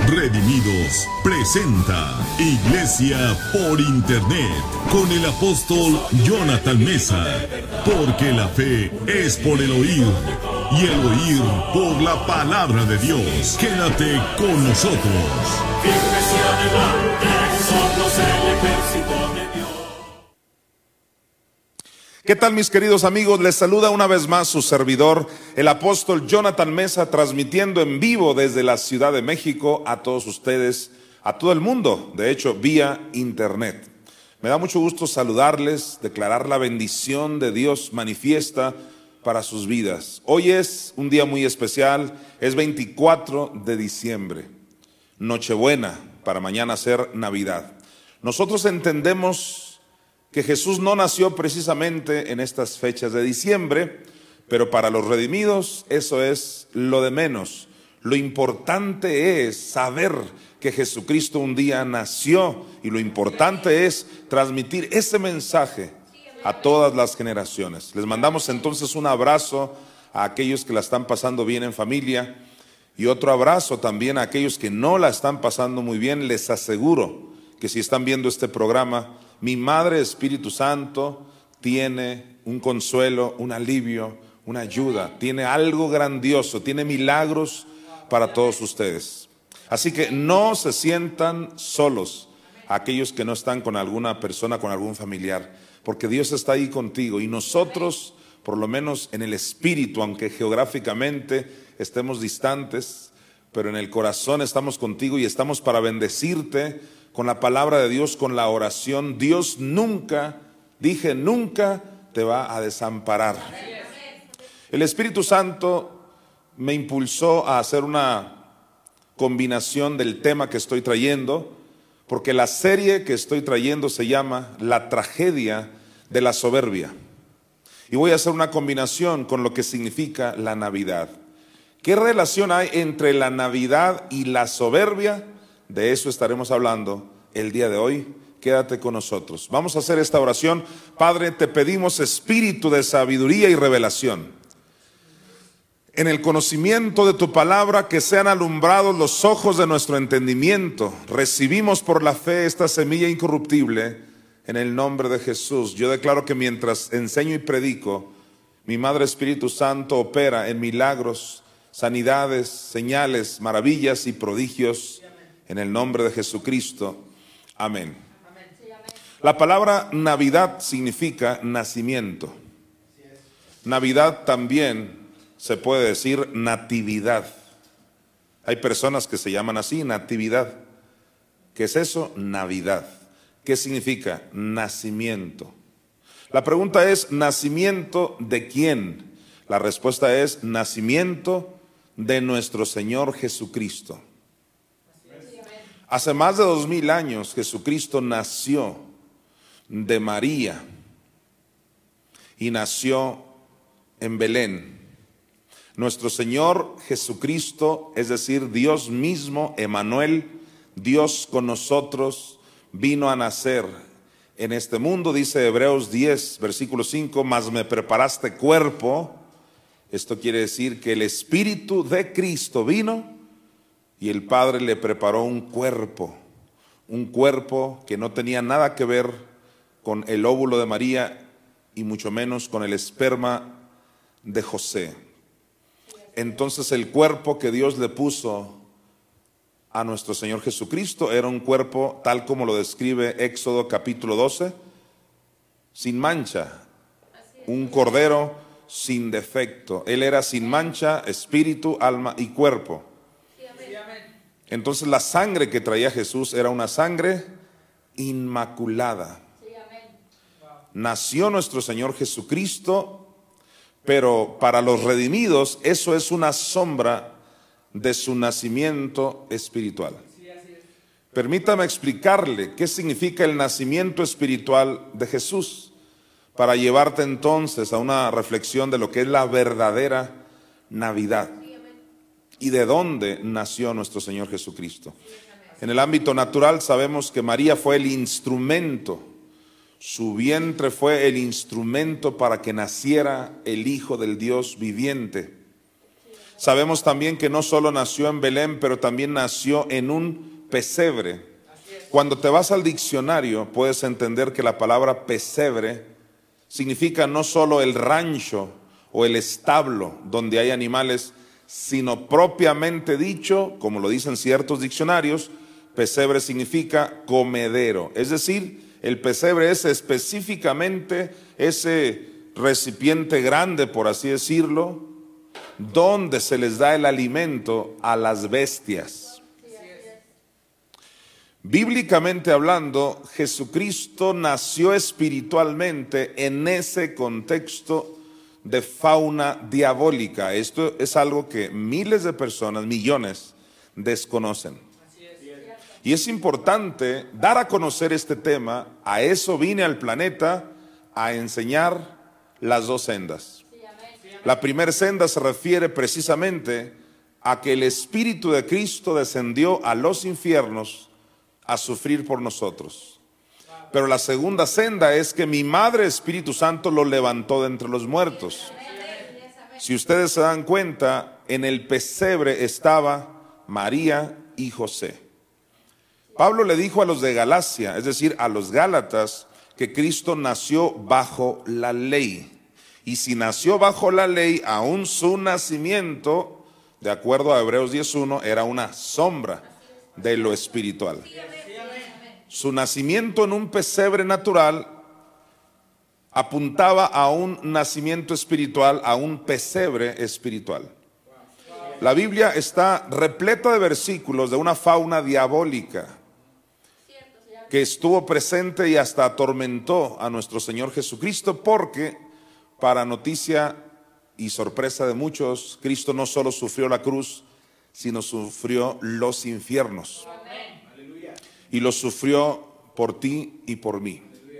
Redimidos presenta Iglesia por Internet con el apóstol Jonathan Meza, porque la fe es por el oír y el oír por la palabra de Dios. Quédate con nosotros. Firmes y adelante, somos el ejército de Dios. ¿Qué tal, mis queridos amigos? Les saluda una vez más su servidor, el apóstol Jonathan Meza, transmitiendo en vivo desde la Ciudad de México a todos ustedes, a todo el mundo, de hecho, vía internet. Me da mucho gusto saludarles, declarar la bendición de Dios manifiesta para sus vidas. Hoy es un día muy especial, es 24 de diciembre, Nochebuena, para mañana ser Navidad. Nosotros entendemos que Jesús no nació precisamente en estas fechas de diciembre, pero para los redimidos eso es lo de menos. Lo importante es saber que Jesucristo un día nació, y lo importante es transmitir ese mensaje a todas las generaciones. Les mandamos entonces un abrazo a aquellos que la están pasando bien en familia, y otro abrazo también a aquellos que no la están pasando muy bien. Les aseguro que si están viendo este programa, mi Madre Espíritu Santo tiene un consuelo, un alivio, una ayuda, tiene algo grandioso, tiene milagros para todos ustedes. Así que no se sientan solos, aquellos que no están con alguna persona, con algún familiar, porque Dios está ahí contigo, y nosotros, por lo menos en el espíritu, aunque geográficamente estemos distantes, pero en el corazón estamos contigo y estamos para bendecirte con la palabra de Dios, con la oración. Dios nunca, nunca te va a desamparar. El Espíritu Santo me impulsó a hacer una combinación del tema que estoy trayendo, porque la serie que estoy trayendo se llama La tragedia de la soberbia. Y voy a hacer una combinación con lo que significa la Navidad. ¿Qué relación hay entre la Navidad y la soberbia? De eso estaremos hablando el día de hoy. Quédate con nosotros. Vamos a hacer esta oración. Padre, te pedimos espíritu de sabiduría y revelación. En el conocimiento de tu palabra, que sean alumbrados los ojos de nuestro entendimiento. Recibimos por la fe esta semilla incorruptible en el nombre de Jesús. Yo declaro que mientras enseño y predico, mi Madre Espíritu Santo opera en milagros, sanidades, señales, maravillas y prodigios en el nombre de Jesucristo. Amén. La palabra Navidad significa nacimiento. Navidad también se puede decir natividad. Hay personas que se llaman así, natividad. ¿Qué es eso? Navidad. ¿Qué significa? Nacimiento. La pregunta es, ¿nacimiento de quién? La respuesta es, nacimiento de nuestro Señor Jesucristo. Hace más de 2000 años Jesucristo nació de María y nació en Belén. Nuestro Señor Jesucristo, es decir, Dios mismo, Emmanuel, Dios con nosotros, vino a nacer en este mundo. Dice Hebreos 10, versículo 5, mas me preparaste cuerpo. Esto quiere decir que el Espíritu de Cristo vino y el Padre le preparó un cuerpo que no tenía nada que ver con el óvulo de María y mucho menos con el esperma de José. Entonces el cuerpo que Dios le puso a nuestro Señor Jesucristo era un cuerpo tal como lo describe Éxodo capítulo 12, sin mancha, un cordero sin defecto. Él era sin mancha, espíritu, alma y cuerpo. Entonces la sangre que traía Jesús era una sangre inmaculada. Nació nuestro Señor Jesucristo, pero para los redimidos eso es una sombra de su nacimiento espiritual. Permítame explicarle qué significa el nacimiento espiritual de Jesús, para llevarte entonces a una reflexión de lo que es la verdadera Navidad y de dónde nació nuestro Señor Jesucristo. En el ámbito natural sabemos que María fue el instrumento, su vientre fue el instrumento para que naciera el Hijo del Dios viviente. Sabemos también que no solo nació en Belén, pero también nació en un pesebre. Cuando te vas al diccionario, puedes entender que la palabra pesebre significa no solo el rancho o el establo donde hay animales, sino propiamente dicho, como lo dicen ciertos diccionarios, pesebre significa comedero. Es decir, el pesebre es específicamente ese recipiente grande, por así decirlo, donde se les da el alimento a las bestias. Bíblicamente hablando, Jesucristo nació espiritualmente en ese contexto de fauna diabólica. Esto es algo que miles de personas, millones, desconocen. Y es importante dar a conocer este tema. A eso vine al planeta, a enseñar las dos sendas. La primera senda se refiere precisamente a que el Espíritu de Cristo descendió a los infiernos a sufrir por nosotros. Pero la segunda senda es que mi Madre Espíritu Santo lo levantó de entre los muertos. Si ustedes se dan cuenta, en el pesebre estaba María y José. Pablo le dijo a los de Galacia, es decir, a los Gálatas, que Cristo nació bajo la ley. Y si nació bajo la ley, aún su nacimiento, de acuerdo a Hebreos 10:1, era una sombra de lo espiritual. Su nacimiento en un pesebre natural apuntaba a un nacimiento espiritual, a un pesebre espiritual. La Biblia está repleta de versículos de una fauna diabólica que estuvo presente y hasta atormentó a nuestro Señor Jesucristo, porque para noticia y sorpresa de muchos, Cristo no solo sufrió la cruz, sino sufrió los infiernos. Y los sufrió por ti y por mí.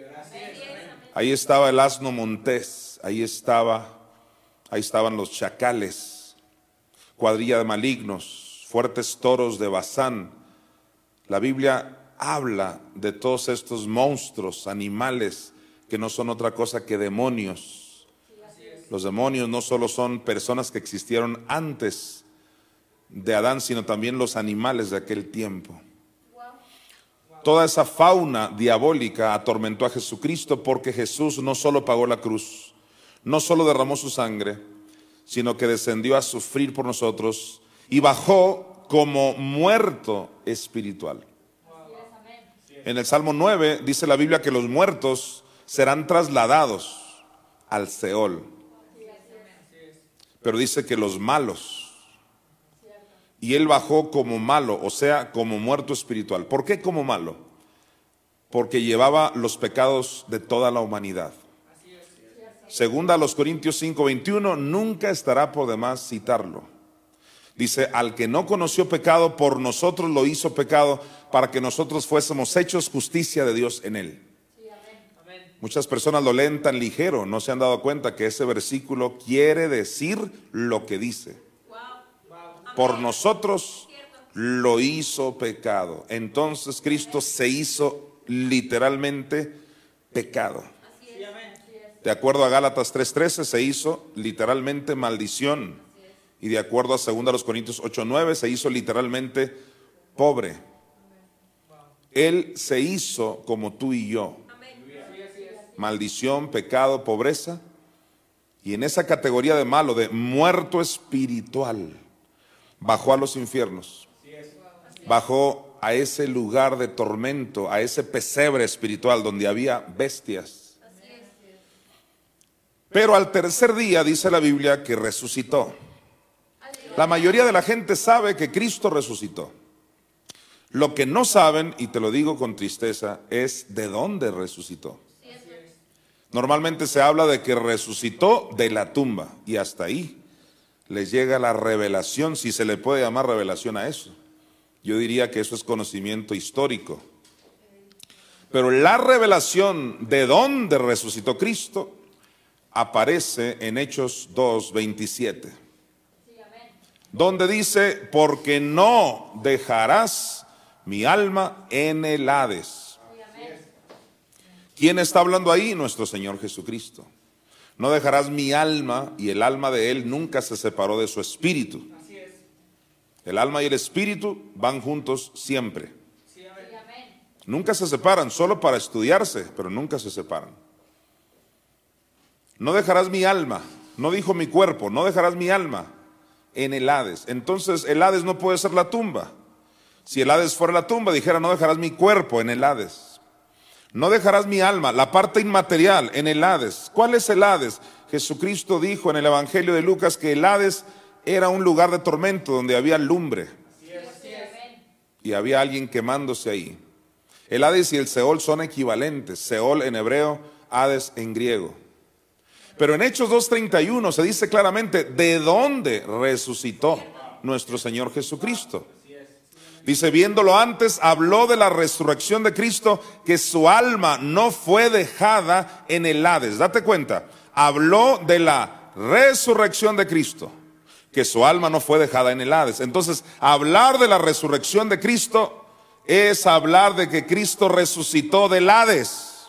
Ahí estaba el asno montés, ahí estaban los chacales, cuadrilla de malignos, fuertes toros de Basán. La Biblia habla de todos estos monstruos, animales, que no son otra cosa que demonios. Los demonios no solo son personas que existieron antes de Adán, sino también los animales de aquel tiempo. Toda esa fauna diabólica atormentó a Jesucristo, porque Jesús no solo pagó la cruz, no solo derramó su sangre, sino que descendió a sufrir por nosotros y bajó como muerto espiritual. En el Salmo 9 dice la Biblia que los muertos serán trasladados al Seol. Pero dice que los malos, y él bajó como malo, o sea, como muerto espiritual. ¿Por qué como malo? Porque llevaba los pecados de toda la humanidad. Segunda a los Corintios 5:21, nunca estará por demás citarlo. Dice, al que no conoció pecado, por nosotros lo hizo pecado, para que nosotros fuésemos hechos justicia de Dios en él. Muchas personas lo leen tan ligero, no se han dado cuenta que ese versículo quiere decir lo que dice. Por nosotros lo hizo pecado. Entonces Cristo se hizo literalmente pecado. De acuerdo a Gálatas 3:13, se hizo literalmente maldición. Y de acuerdo a 2 Corintios 8:9, se hizo literalmente pobre. Él se hizo como tú y yo. Maldición, pecado, pobreza. Y en esa categoría de malo, de muerto espiritual, bajó a los infiernos. Bajó a ese lugar de tormento, a ese pesebre espiritual donde había bestias. Pero al tercer día dice la Biblia que resucitó. La mayoría de la gente sabe que Cristo resucitó. Lo que no saben, y te lo digo con tristeza, es de dónde resucitó. Normalmente se habla de que resucitó de la tumba, y hasta ahí les llega la revelación, si se le puede llamar revelación a eso. Yo diría que eso es conocimiento histórico. Pero la revelación de dónde resucitó Cristo aparece en Hechos 2:27, donde dice, porque no dejarás mi alma en el Hades. ¿Quién está hablando ahí? Nuestro Señor Jesucristo. No dejarás mi alma, y el alma de él nunca se separó de su espíritu. El alma y el espíritu van juntos siempre. Nunca se separan, solo para estudiarse, pero nunca se separan. No dejarás mi alma, no dijo mi cuerpo, no dejarás mi alma en el Hades. Entonces el Hades no puede ser la tumba. Si el Hades fuera la tumba, dijera no dejarás mi cuerpo en el Hades. No dejarás mi alma, la parte inmaterial, en el Hades. ¿Cuál es el Hades? Jesucristo dijo en el Evangelio de Lucas que el Hades era un lugar de tormento donde había lumbre. Y había alguien quemándose ahí. El Hades y el Seol son equivalentes. Seol en hebreo, Hades en griego. Pero en Hechos 2:31 se dice claramente de dónde resucitó nuestro Señor Jesucristo. Dice, viéndolo antes, habló de la resurrección de Cristo, que su alma no fue dejada en el Hades. Date cuenta, habló de la resurrección de Cristo, que su alma no fue dejada en el Hades. Entonces, hablar de la resurrección de Cristo es hablar de que Cristo resucitó del Hades.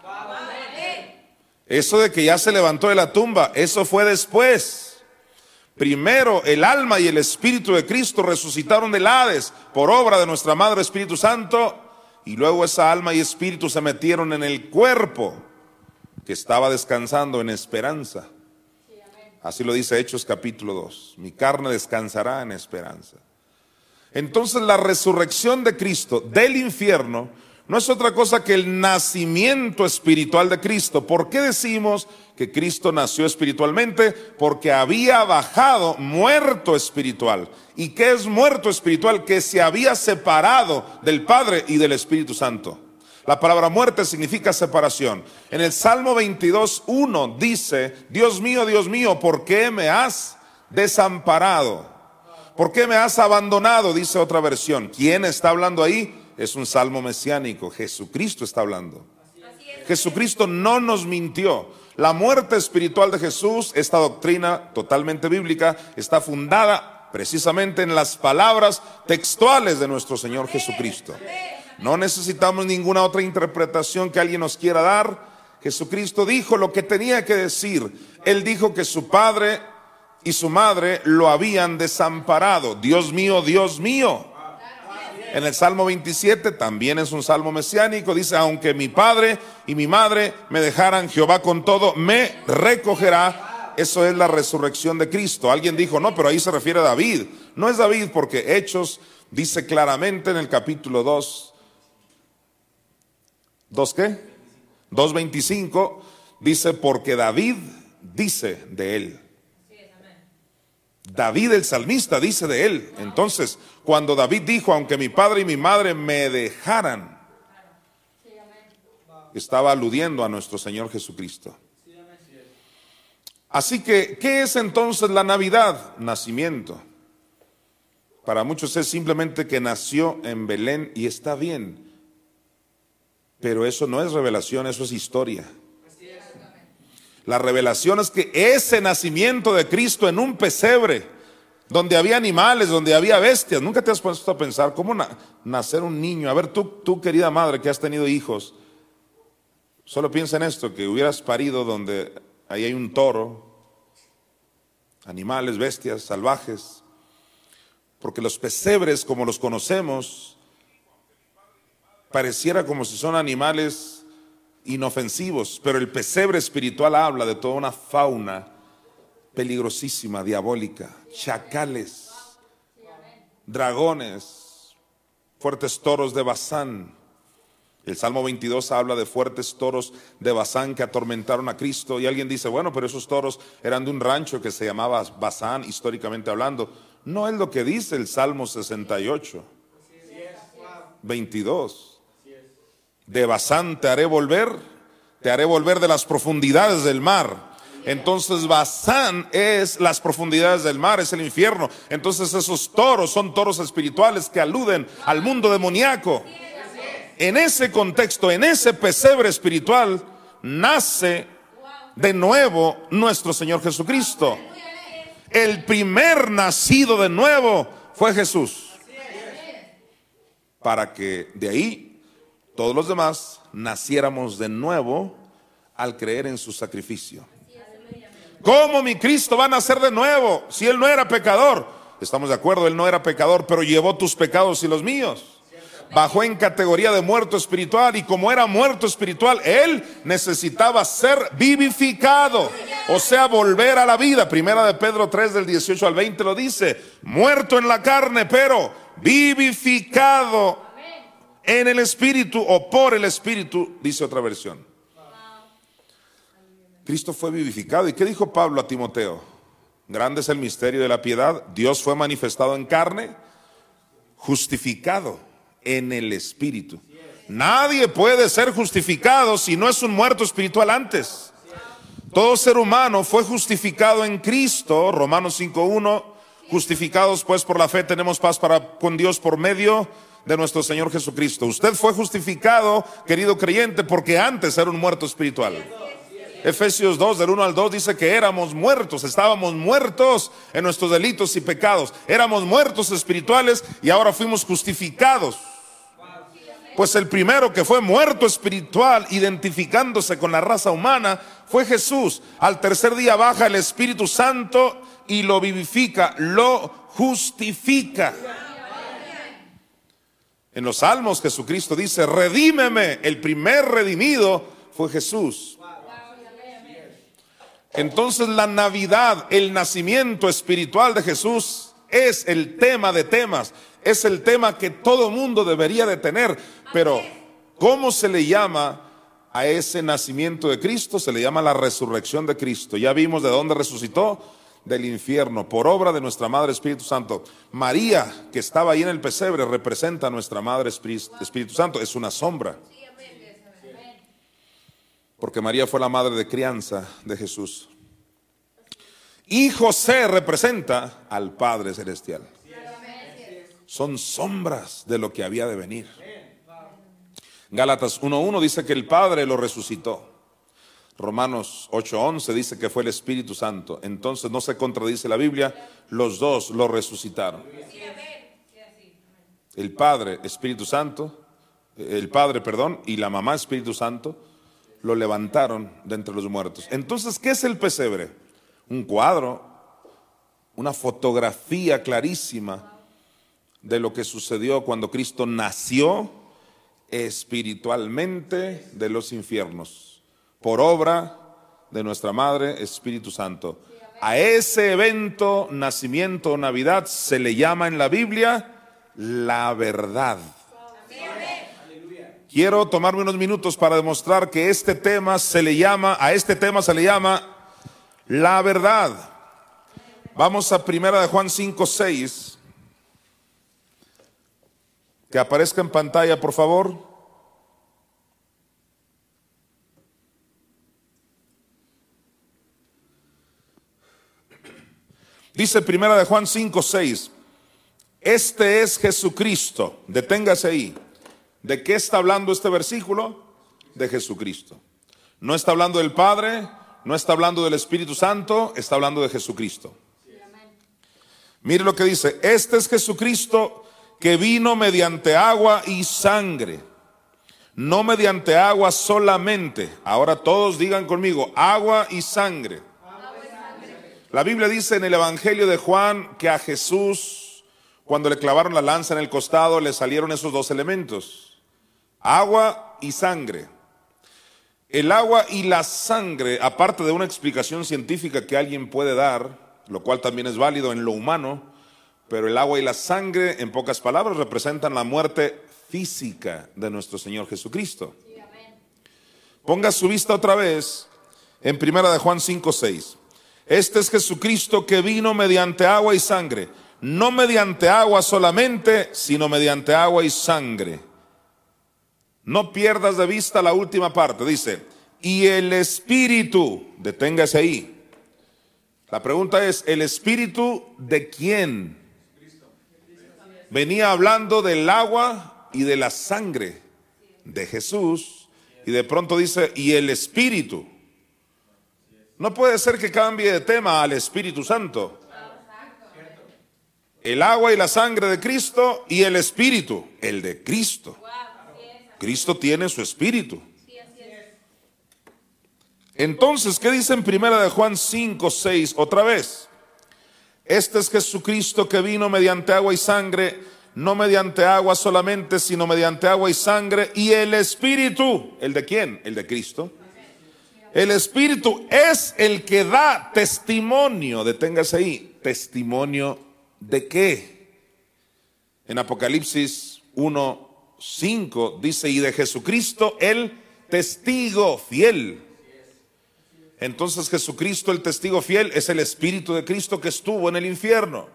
Eso de que ya se levantó de la tumba, eso fue después. Primero el alma y el espíritu de Cristo resucitaron del Hades por obra de nuestra Madre Espíritu Santo, y luego esa alma y espíritu se metieron en el cuerpo que estaba descansando en esperanza. Así lo dice Hechos capítulo 2. Mi carne descansará en esperanza. Entonces la resurrección de Cristo del infierno no es otra cosa que el nacimiento espiritual de Cristo. ¿Por qué decimos que Cristo nació espiritualmente? Porque había bajado muerto espiritual. ¿Y qué es muerto espiritual? Que se había separado del Padre y del Espíritu Santo. La palabra muerte significa separación. En el Salmo 22:1 dice, Dios mío, ¿por qué me has desamparado? ¿Por qué me has abandonado? Dice otra versión. ¿Quién está hablando ahí? Es un salmo mesiánico. Jesucristo está hablando. Jesucristo no nos mintió. La muerte espiritual de Jesús, esta doctrina totalmente bíblica, está fundada precisamente en las palabras textuales de nuestro Señor Jesucristo. No necesitamos ninguna otra interpretación que alguien nos quiera dar. Jesucristo dijo lo que tenía que decir. Él dijo que su padre y su madre lo habían desamparado. Dios mío, Dios mío. En el Salmo 27, también es un salmo mesiánico, dice, aunque mi padre y mi madre me dejaran, Jehová con todo me recogerá. Eso es la resurrección de Cristo. Alguien dijo, no, pero ahí se refiere a David. No es David, porque Hechos dice claramente en el capítulo 2, ¿2 qué? 2:25, dice, porque David dice de él. David el salmista dice de él. Entonces, cuando David dijo, aunque mi padre y mi madre me dejaran, estaba aludiendo a nuestro Señor Jesucristo. Así que, ¿qué es entonces la Navidad? Nacimiento. Para muchos es simplemente que nació en Belén y está bien. Pero eso no es revelación, eso es historia. La revelación es que ese nacimiento de Cristo en un pesebre, donde había animales, donde había bestias. ¿Nunca te has puesto a pensar cómo nacer un niño? A ver, tú querida madre que has tenido hijos, solo piensa en esto, que hubieras parido donde ahí hay un toro, animales, bestias, salvajes. Porque los pesebres, como los conocemos, pareciera como si son animales inofensivos, pero el pesebre espiritual habla de toda una fauna peligrosísima, diabólica, chacales, dragones, fuertes toros de Basán. El Salmo 22 habla de fuertes toros de Basán que atormentaron a Cristo, y alguien dice, bueno, pero esos toros eran de un rancho que se llamaba Basán, históricamente hablando. No es lo que dice el Salmo 68, 22. De Basán te haré volver de las profundidades del mar. Entonces Basán es las profundidades del mar, es el infierno. Entonces esos toros son toros espirituales que aluden al mundo demoníaco. En ese contexto, en ese pesebre espiritual, nace de nuevo nuestro Señor Jesucristo. El primer nacido de nuevo fue Jesús. Para que de ahí todos los demás naciéramos de nuevo al creer en su sacrificio. ¿Cómo mi Cristo va a nacer de nuevo si Él no era pecador? Estamos de acuerdo, Él no era pecador, pero llevó tus pecados y los míos. Bajó en categoría de muerto espiritual, y como era muerto espiritual, Él necesitaba ser vivificado, o sea, volver a la vida. Primera de Pedro 3 del 18 al 20 lo dice: muerto en la carne, pero vivificado en el Espíritu, o por el Espíritu, dice otra versión. Cristo fue vivificado. ¿Y qué dijo Pablo a Timoteo? Grande es el misterio de la piedad. Dios fue manifestado en carne, justificado en el Espíritu. Nadie puede ser justificado si no es un muerto espiritual antes. Todo ser humano fue justificado en Cristo. Romanos 5:1. Justificados pues por la fe tenemos paz con Dios por medio de nuestro Señor Jesucristo. Usted fue justificado, querido creyente, porque antes era un muerto espiritual. Efesios 2 del 1 al 2 dice que éramos muertos, estábamos muertos en nuestros delitos y pecados. Éramos muertos espirituales y ahora fuimos justificados. Pues el primero que fue muerto espiritual, identificándose con la raza humana, fue Jesús. Al tercer día baja el Espíritu Santo y lo vivifica, lo justifica. En los Salmos Jesucristo dice: redímeme. El primer redimido fue Jesús. Entonces la Navidad, el nacimiento espiritual de Jesús, es el tema de temas. Es el tema que todo mundo debería de tener. Pero ¿cómo se le llama a ese nacimiento de Cristo? Se le llama la resurrección de Cristo. Ya vimos de dónde resucitó: del infierno, por obra de nuestra Madre Espíritu Santo. María, que estaba ahí en el pesebre, representa a nuestra Madre Espíritu Santo. Es una sombra, porque María fue la madre de crianza de Jesús. Y José representa al Padre Celestial. Son sombras de lo que había de venir. Gálatas 1:1 dice que el Padre lo resucitó. Romanos 8:11 dice que fue el Espíritu Santo. Entonces no se contradice la Biblia, los dos lo resucitaron. El Padre Espíritu Santo, y la mamá Espíritu Santo lo levantaron de entre los muertos. Entonces, ¿qué es el pesebre? Un cuadro, una fotografía clarísima de lo que sucedió cuando Cristo nació espiritualmente de los infiernos, por obra de nuestra Madre Espíritu Santo. A ese evento, nacimiento o Navidad, se le llama en la Biblia la verdad. Quiero tomarme unos minutos para demostrar que a este tema se le llama la verdad. Vamos a Primera de Juan 5:6. Que aparezca en pantalla, por favor. Dice Primera de Juan 5:6. Este es Jesucristo. Deténgase ahí. ¿De qué está hablando este versículo? De Jesucristo. No está hablando del Padre, no está hablando del Espíritu Santo, está hablando de Jesucristo. Mire lo que dice: este es Jesucristo, que vino mediante agua y sangre, no mediante agua solamente. Ahora todos digan conmigo: agua y sangre. La Biblia dice en el Evangelio de Juan que a Jesús, cuando le clavaron la lanza en el costado, le salieron esos dos elementos: agua y sangre. El agua y la sangre, aparte de una explicación científica que alguien puede dar, lo cual también es válido en lo humano, pero el agua y la sangre, en pocas palabras, representan la muerte física de nuestro Señor Jesucristo. Ponga su vista otra vez en Primera de Juan 5:6. Este es Jesucristo, que vino mediante agua y sangre, no mediante agua solamente, sino mediante agua y sangre. No pierdas de vista la última parte. Dice: y el Espíritu. Deténgase ahí. La pregunta es: ¿el Espíritu de quién? Venía hablando del agua y de la sangre de Jesús, y de pronto dice: y el Espíritu. No puede ser que cambie de tema al Espíritu Santo. El agua y la sangre de Cristo y el Espíritu, el de Cristo. Cristo tiene su Espíritu. Entonces, ¿qué dice en primera de Juan 5, 6? Otra vez. Este es Jesucristo que vino mediante agua y sangre, no mediante agua solamente, sino mediante agua y sangre, y el Espíritu. ¿El de quién? El de Cristo. El Espíritu es el que da testimonio. Deténgase ahí. ¿Testimonio de qué? En Apocalipsis 1, 5 dice, y de Jesucristo el testigo fiel. Entonces Jesucristo, el testigo fiel, es el Espíritu de Cristo que estuvo en el infierno.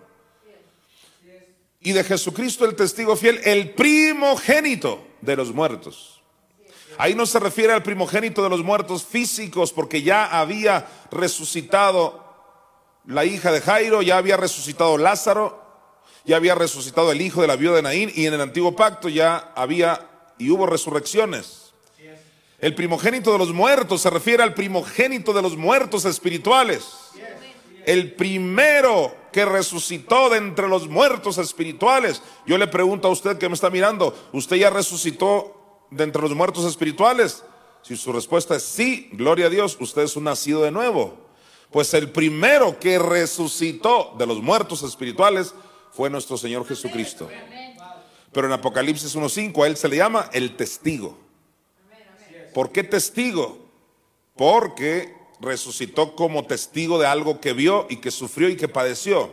Y de Jesucristo, el testigo fiel, el primogénito de los muertos. Ahí no se refiere al primogénito de los muertos físicos, porque ya había resucitado la hija de Jairo, ya había resucitado Lázaro, ya había resucitado el hijo de la viuda de Naín, y en el antiguo pacto ya había y hubo resurrecciones. El primogénito de los muertos se refiere al primogénito de los muertos espirituales. El primero que resucitó de entre los muertos espirituales. Yo le pregunto a usted que me está mirando, ¿usted ya resucitó de entre los muertos espirituales? Si su respuesta es sí, gloria a Dios, usted es un nacido de nuevo. Pues el primero que resucitó de los muertos espirituales fue nuestro Señor Jesucristo. Pero en Apocalipsis 1:5 a él se le llama el testigo. ¿Por qué testigo? Porque resucitó como testigo de algo que vio y que sufrió y que padeció.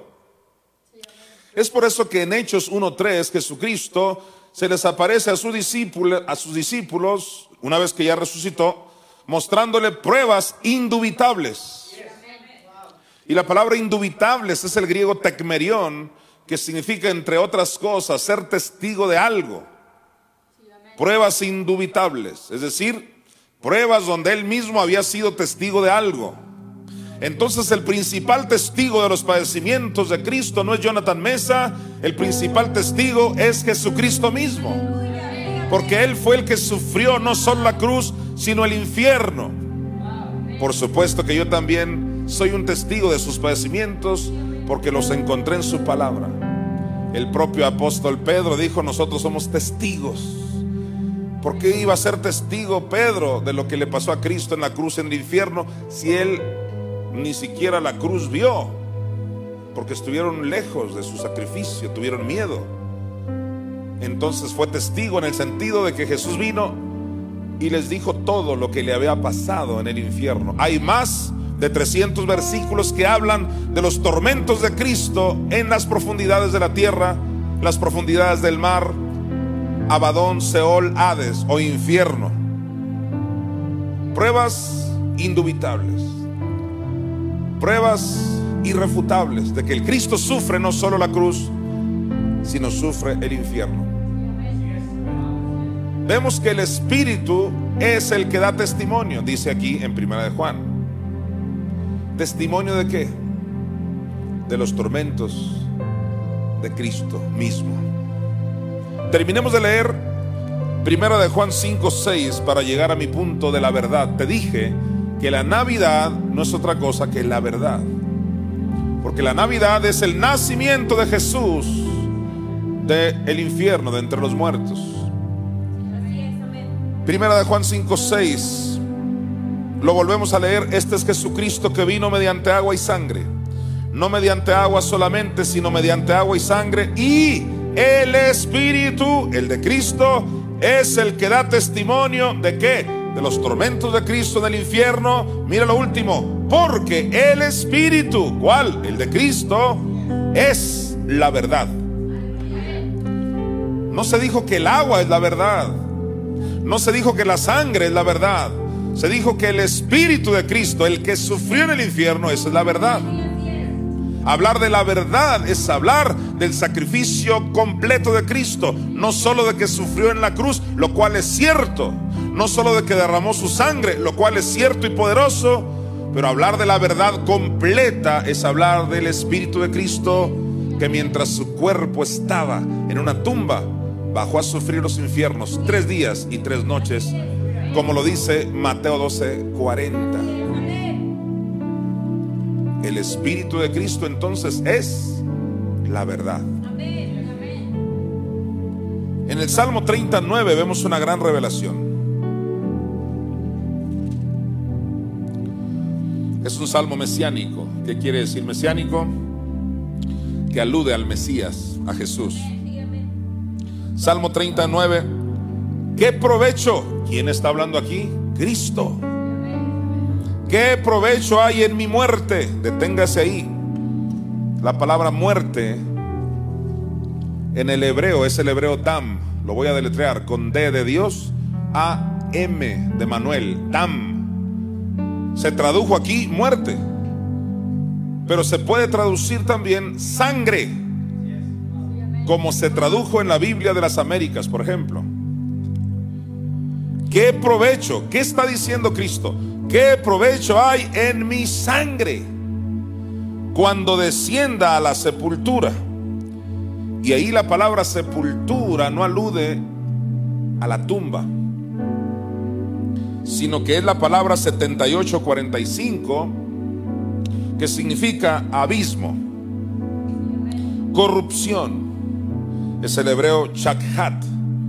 Es por eso que en Hechos 1:3 Jesucristo se les aparece a sus discípulos, una vez que ya resucitó, mostrándole pruebas indubitables. Y la palabra indubitables es el griego tekmerión, que significa, entre otras cosas, ser testigo de algo. Pruebas indubitables, es decir, pruebas donde él mismo había sido testigo de algo. Entonces el principal testigo de los padecimientos de Cristo no es Jonathan Mesa, el principal testigo es Jesucristo mismo, porque él fue el que sufrió no solo la cruz, sino el infierno. Por supuesto que yo también soy un testigo de sus padecimientos, porque los encontré en su palabra. El propio apóstol Pedro dijo, nosotros somos testigos. ¿Por qué iba a ser testigo Pedro de lo que le pasó a Cristo en la cruz, en el infierno, si él ni siquiera la cruz vio? Porque estuvieron lejos de su sacrificio, tuvieron miedo. Entonces fue testigo en el sentido de que Jesús vino y les dijo todo lo que le había pasado en el infierno. Hay más de 300 versículos que hablan de los tormentos de Cristo en las profundidades de la tierra, las profundidades del mar, Abadón, Seol, Hades o infierno. Pruebas indubitables, pruebas irrefutables de que el Cristo sufre no solo la cruz, sino sufre el infierno. Vemos que el Espíritu es el que da testimonio, dice aquí en primera de Juan. ¿Testimonio de qué? De los tormentos de Cristo mismo. Terminemos de leer primera de Juan 5:6 para llegar a mi punto de la verdad. Te dije que la Navidad no es otra cosa que la verdad, porque la Navidad es el nacimiento de Jesús del infierno, de entre los muertos. Primera de Juan 5:6, lo volvemos a leer. Este es Jesucristo que vino mediante agua y sangre, no mediante agua solamente, sino mediante agua y sangre, y el Espíritu, el de Cristo, es el que da testimonio de ¿qué? De los tormentos de Cristo en el infierno. Mira lo último, porque el Espíritu, ¿cuál? El de Cristo, es la verdad. No se dijo que el agua es la verdad, no se dijo que la sangre es la verdad, se dijo que el Espíritu de Cristo, el que sufrió en el infierno, esa es la verdad. Hablar de la verdad es hablar del sacrificio completo de Cristo, no solo de que sufrió en la cruz, lo cual es cierto, no solo de que derramó su sangre, lo cual es cierto y poderoso, pero hablar de la verdad completa es hablar del Espíritu de Cristo, que mientras su cuerpo estaba en una tumba, bajó a sufrir los infiernos 3 días y 3 noches, como lo dice Mateo 12:40. El Espíritu de Cristo entonces es la verdad. En el Salmo 39 vemos una gran revelación. Es un salmo mesiánico. ¿Qué quiere decir mesiánico? Que alude al Mesías, a Jesús. Salmo 39. ¿Qué provecho? ¿Quién está hablando aquí? Cristo. ¿Qué provecho hay en mi muerte? Deténgase ahí. La palabra muerte en el hebreo es el hebreo dam. Lo voy a deletrear con D de Dios, A-M de Manuel. Dam. Se tradujo aquí muerte, pero se puede traducir también sangre, como se tradujo en la Biblia de las Américas, por ejemplo. ¿Qué provecho? ¿Qué está diciendo Cristo? ¿Qué provecho hay en mi sangre cuando descienda a la sepultura? Y ahí la palabra sepultura no alude a la tumba, sino que es la palabra 7845, que significa abismo, corrupción. Es el hebreo chakhat.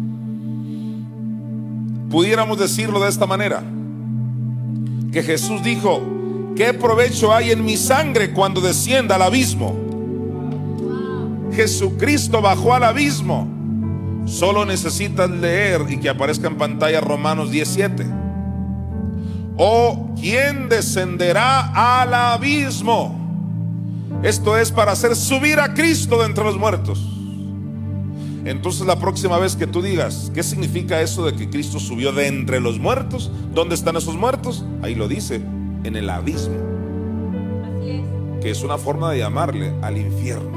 Pudiéramos decirlo de esta manera, que Jesús dijo: ¿qué provecho hay en mi sangre cuando descienda al abismo? Jesucristo bajó al abismo. Solo necesitas leer y que aparezca en pantalla Romanos 17. ¿O quién descenderá al abismo? Esto es para hacer subir a Cristo de entre los muertos. Entonces la próxima vez que tú digas, ¿qué significa eso de que Cristo subió de entre los muertos? ¿Dónde están esos muertos? Ahí lo dice, en el abismo. Así es. Que es una forma de llamarle al infierno.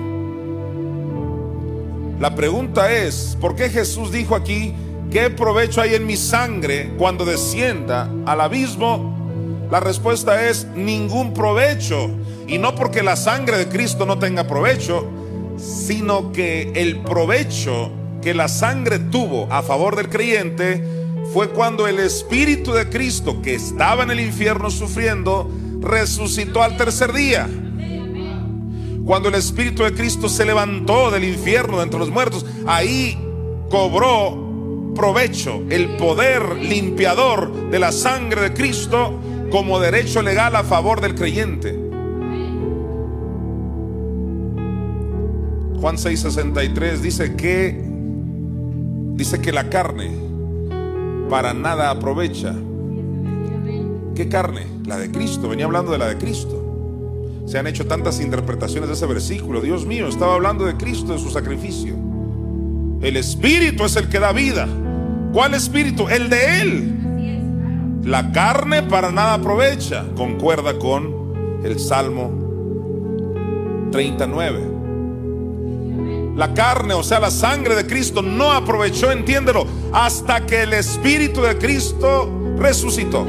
La pregunta es, ¿por qué Jesús dijo aquí: ¿qué provecho hay en mi sangre cuando descienda al abismo? La respuesta es: ningún provecho. Y no porque la sangre de Cristo no tenga provecho, sino que el provecho que la sangre tuvo a favor del creyente fue cuando el Espíritu de Cristo, que estaba en el infierno sufriendo, resucitó al tercer día. Cuando el Espíritu de Cristo se levantó del infierno de entre los muertos, ahí cobró provecho el poder limpiador de la sangre de Cristo como derecho legal a favor del creyente. Juan 6:63 dice que la carne para nada aprovecha. ¿Qué carne? La de Cristo. Venía hablando de la de Cristo. Se han hecho tantas interpretaciones de ese versículo. Dios mío, estaba hablando de Cristo, de su sacrificio. El Espíritu es el que da vida. ¿Cuál Espíritu? El de Él. La carne para nada aprovecha. Concuerda con el Salmo 39. La carne, o sea, la sangre de Cristo no aprovechó, entiéndelo, hasta que el Espíritu de Cristo resucitó.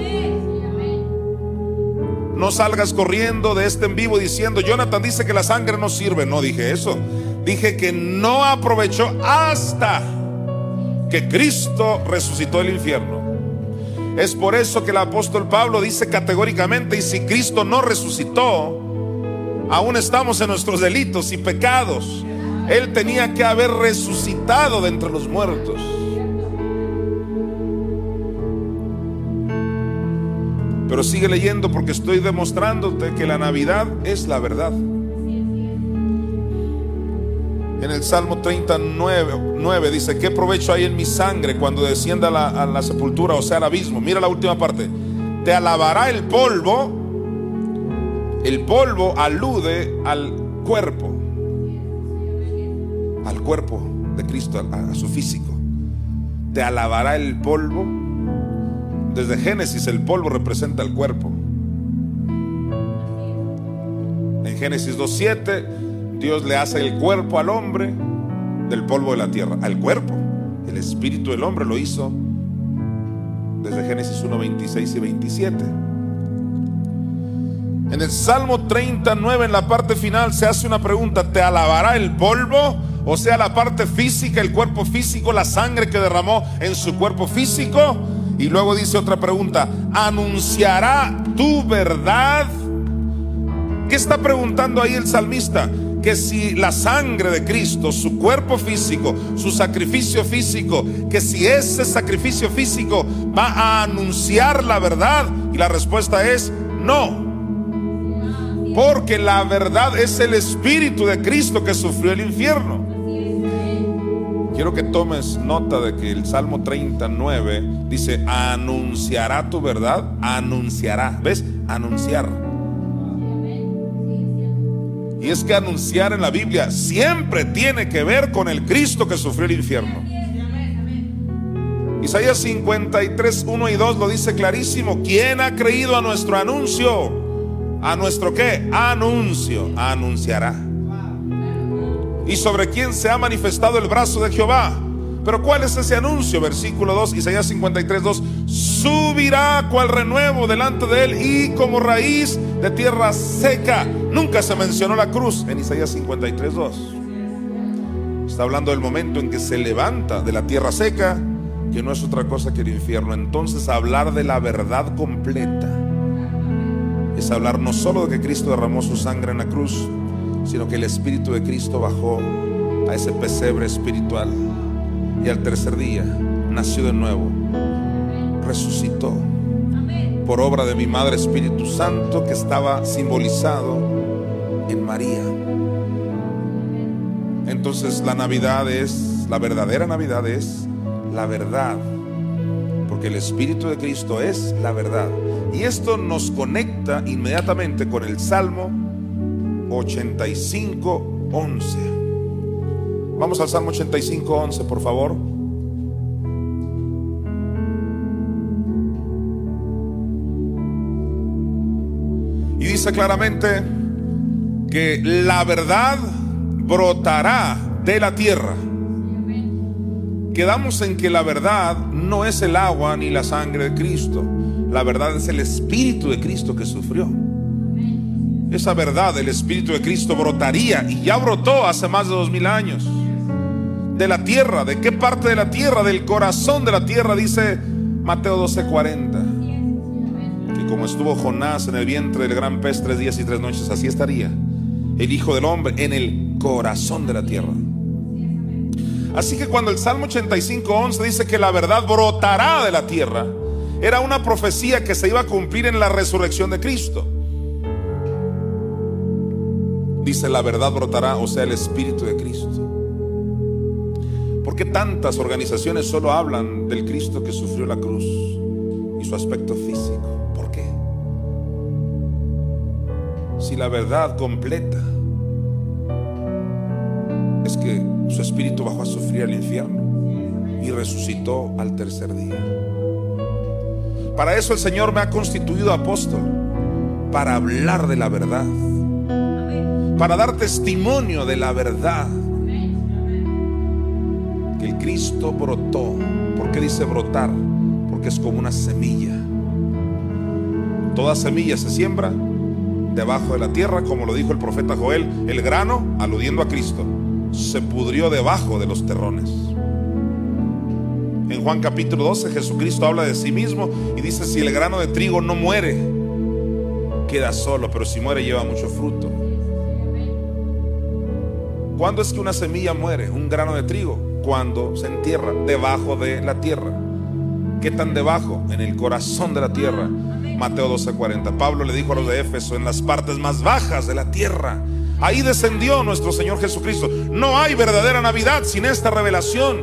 No salgas corriendo de este en vivo diciendo: Jonathan dice que la sangre no sirve. No dije eso. Dije que no aprovechó hasta que Cristo resucitó del infierno. Es por eso que el apóstol Pablo dice categóricamente: y si Cristo no resucitó, aún estamos en nuestros delitos y pecados. Él tenía que haber resucitado de entre los muertos. Pero sigue leyendo, porque estoy demostrándote que la Navidad es la verdad. En el Salmo 39 dice: ¿qué provecho hay en mi sangre cuando descienda a la sepultura, o sea, al abismo? Mira la última parte. Te alabará el polvo. El polvo alude al cuerpo de Cristo, a su físico. Te alabará el polvo. Desde Génesis el polvo representa el cuerpo. En Génesis 2:7 Dios le hace el cuerpo al hombre del polvo de la tierra. Al cuerpo. El espíritu del hombre lo hizo desde Génesis 1:26 y 27. En el Salmo 39, en la parte final, se hace una pregunta: ¿te alabará el polvo? O sea, la parte física, el cuerpo físico, la sangre que derramó en su cuerpo físico. Y luego dice otra pregunta: ¿anunciará tu verdad? ¿Qué está preguntando ahí el salmista? Que si la sangre de Cristo, su cuerpo físico, su sacrificio físico, que si ese sacrificio físico va a anunciar la verdad. Y la respuesta es no. Porque la verdad es el Espíritu de Cristo que sufrió el infierno. Quiero que tomes nota de que el Salmo 39 dice: anunciará tu verdad, anunciará. ¿Ves? Anunciar. Y es que anunciar en la Biblia siempre tiene que ver con el Cristo que sufrió el infierno. Isaías 53, 1 y 2 lo dice clarísimo: ¿quién ha creído a nuestro anuncio? ¿A nuestro qué? Anuncio. Anunciará. ¿Y sobre quién se ha manifestado el brazo de Jehová? Pero ¿cuál es ese anuncio? Versículo 2, Isaías 53, 2: subirá cual renuevo delante de él y como raíz de tierra seca. Nunca se mencionó la cruz en Isaías 53, 2. Está hablando del momento en que se levanta de la tierra seca, que no es otra cosa que el infierno. Entonces, hablar de la verdad completa es hablar no solo de que Cristo derramó su sangre en la cruz, sino que el Espíritu de Cristo bajó a ese pesebre espiritual y al tercer día nació de nuevo, resucitó por obra de mi Madre Espíritu Santo, que estaba simbolizado en María. Entonces la Navidad es, la verdadera Navidad es la verdad, porque el Espíritu de Cristo es la verdad. Y esto nos conecta inmediatamente con el Salmo 85, 11. Vamos al Salmo 85, 11, por favor. Y dice claramente que la verdad brotará de la tierra. Quedamos en que la verdad no es el agua ni la sangre de Cristo. La verdad es el Espíritu de Cristo que sufrió. Esa verdad del Espíritu de Cristo brotaría, y ya brotó hace más de 2000 años. De la tierra. ¿De qué parte de la tierra? Del corazón de la tierra, dice Mateo 12:40. Que como estuvo Jonás en el vientre del gran pez 3 días y 3 noches, así estaría el Hijo del Hombre en el corazón de la tierra. Así que cuando el Salmo 85:11 dice que la verdad brotará de la tierra, era una profecía que se iba a cumplir en la resurrección de Cristo. Dice: la verdad brotará, o sea, el Espíritu de Cristo. ¿Por qué tantas organizaciones solo hablan del Cristo que sufrió la cruz y su aspecto físico? ¿Por qué? Si la verdad completa es que su Espíritu bajó a sufrir al infierno y resucitó al tercer día. Para eso el Señor me ha constituido apóstol, para hablar de la verdad, para dar testimonio de la verdad, que el Cristo brotó. ¿Por qué dice brotar? Porque es como una semilla. Toda semilla se siembra debajo de la tierra, como lo dijo el profeta Joel. El grano, aludiendo a Cristo, se pudrió debajo de los terrones. En Juan capítulo 12 Jesucristo habla de sí mismo y dice: si el grano de trigo no muere, queda solo, pero si muere lleva mucho fruto. ¿Cuándo es que una semilla muere? Un grano de trigo, cuando se entierra debajo de la tierra. ¿Qué tan debajo? En el corazón de la tierra. Mateo 12:40. Pablo le dijo a los de Éfeso: en las partes más bajas de la tierra. Ahí descendió nuestro Señor Jesucristo. No hay verdadera Navidad sin esta revelación.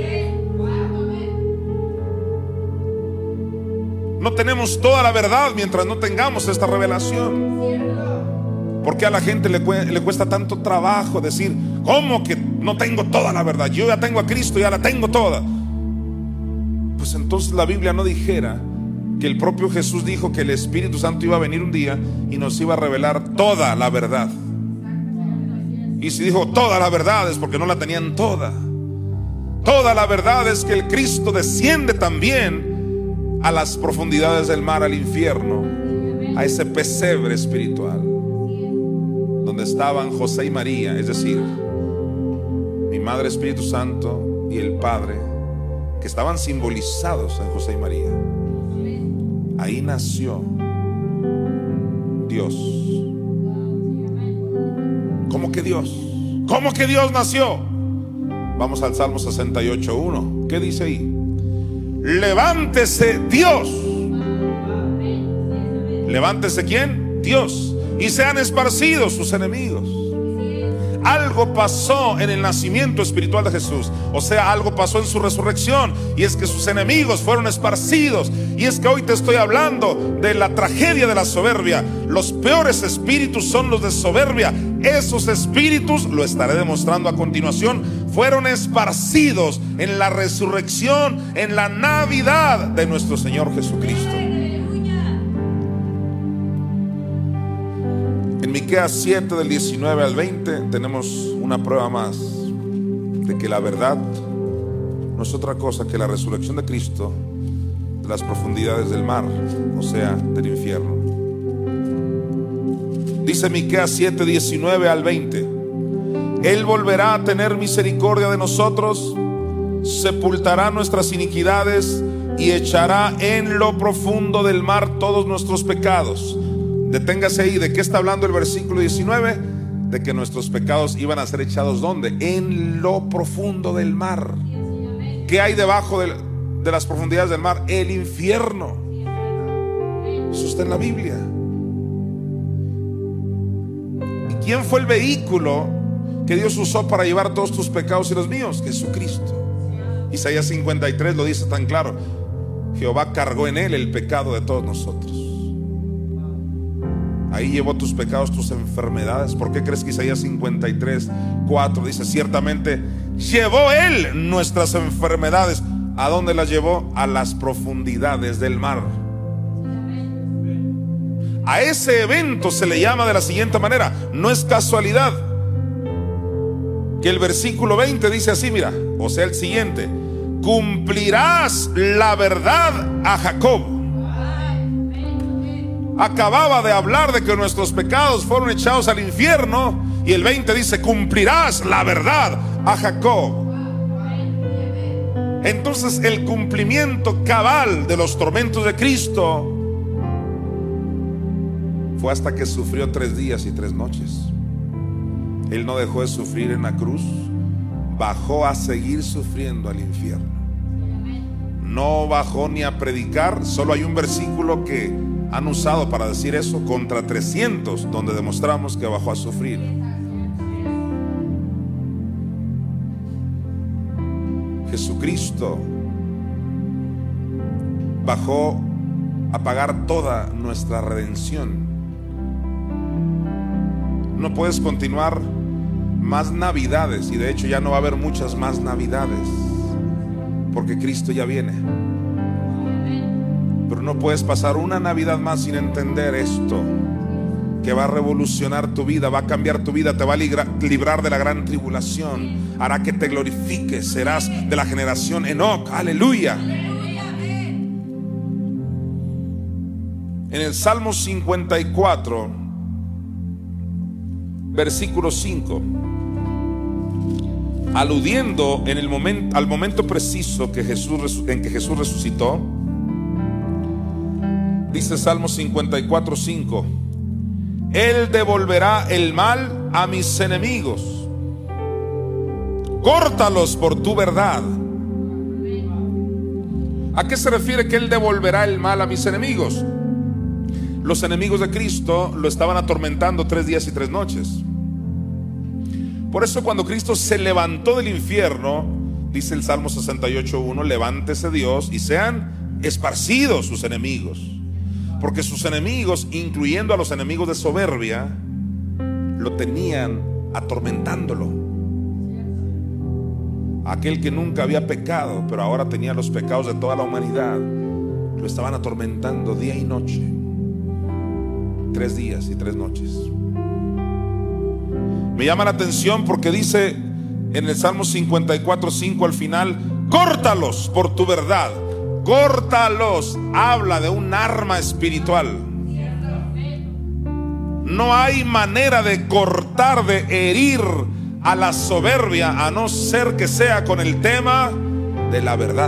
No tenemos toda la verdad mientras no tengamos esta revelación. ¿Por qué a la gente le cuesta tanto trabajo decir: ¿cómo que no tengo toda la verdad? Yo ya tengo a Cristo, ya la tengo toda. Pues entonces la Biblia no dijera que el propio Jesús dijo que el Espíritu Santo iba a venir un día y nos iba a revelar toda la verdad. Y si dijo toda la verdad es porque no la tenían toda. Toda la verdad es que el Cristo desciende también a las profundidades del mar, al infierno, a ese pesebre espiritual donde estaban José y María, es decir, mi Madre Espíritu Santo y el Padre, que estaban simbolizados en José y María. Ahí nació Dios. ¿Cómo que Dios? ¿Cómo que Dios nació? Vamos al Salmo 68:1. ¿Qué dice ahí? Levántese Dios. ¿Levántese quién? Dios. y sean esparcidos sus enemigos. Algo pasó en el nacimiento espiritual de Jesús, o sea, algo pasó en su resurrección, y es que sus enemigos fueron esparcidos. Y es que hoy te estoy hablando de la tragedia de la soberbia. Los peores espíritus son los de soberbia. Esos espíritus, lo estaré demostrando a continuación, fueron esparcidos en la resurrección, en la Navidad de nuestro Señor Jesucristo. En Miqueas 7 del 19 al 20 tenemos una prueba más de que la verdad no es otra cosa que la resurrección de Cristo de las profundidades del mar, o sea, del infierno. Dice Miqueas 7, 19 al 20: Él volverá a tener misericordia de nosotros, sepultará nuestras iniquidades y echará en lo profundo del mar todos nuestros pecados. Deténgase ahí. ¿De qué está hablando el versículo 19? De que nuestros pecados iban a ser echados ¿dónde? En lo profundo del mar. ¿Qué hay debajo de las profundidades del mar? El infierno. Eso está en la Biblia. ¿Y quién fue el vehículo que Dios usó para llevar todos tus pecados y los míos? Jesucristo. Isaías 53 lo dice tan claro: Jehová cargó en él el pecado de todos nosotros. Ahí llevó tus pecados, tus enfermedades. ¿Por qué crees que Isaías 53, 4 dice: ciertamente llevó él nuestras enfermedades? ¿A dónde las llevó? A las profundidades del mar. A ese evento se le llama de la siguiente manera. No es casualidad que el versículo 20 dice así, mira, o sea, el siguiente: cumplirás la verdad a Jacob. Acababa de hablar de que nuestros pecados fueron echados al infierno, y el 20 dice: cumplirás la verdad a Jacob. Entonces el cumplimiento cabal de los tormentos de Cristo fue hasta que sufrió 3 días y 3 noches. Él no dejó de sufrir en la cruz, bajó a seguir sufriendo al infierno. No bajó ni a predicar. Solo hay un versículo que han usado para decir eso, contra 300, donde demostramos que bajó a sufrir. Jesucristo bajó a pagar toda nuestra redención. No puedes continuar más navidades, y de hecho ya no va a haber muchas más navidades, porque Cristo ya viene. Pero no puedes pasar una Navidad más sin entender esto, que va a revolucionar tu vida, va a cambiar tu vida, te va a librar de la gran tribulación, hará que te glorifiques, serás de la generación Enoc. Aleluya. En el Salmo 54, versículo 5, aludiendo al momento preciso en que Jesús resucitó, dice Salmo 54, 5: Él devolverá el mal a mis enemigos, córtalos por tu verdad. ¿A qué se refiere que Él devolverá el mal a mis enemigos? Los enemigos de Cristo lo estaban atormentando 3 días y 3 noches. Por eso cuando Cristo se levantó del infierno, dice el Salmo 68:1: levántese Dios y sean esparcidos sus enemigos. Porque sus enemigos, incluyendo a los enemigos de soberbia, lo tenían atormentándolo. Aquel que nunca había pecado, pero ahora tenía los pecados de toda la humanidad, lo estaban atormentando día y noche, 3 días y 3 noches. Me llama la atención porque dice en el Salmo 54:5 al final: córtalos por tu verdad. Córtalos habla de un arma espiritual. No hay manera de cortar, de herir a la soberbia, a no ser que sea con el tema de la verdad.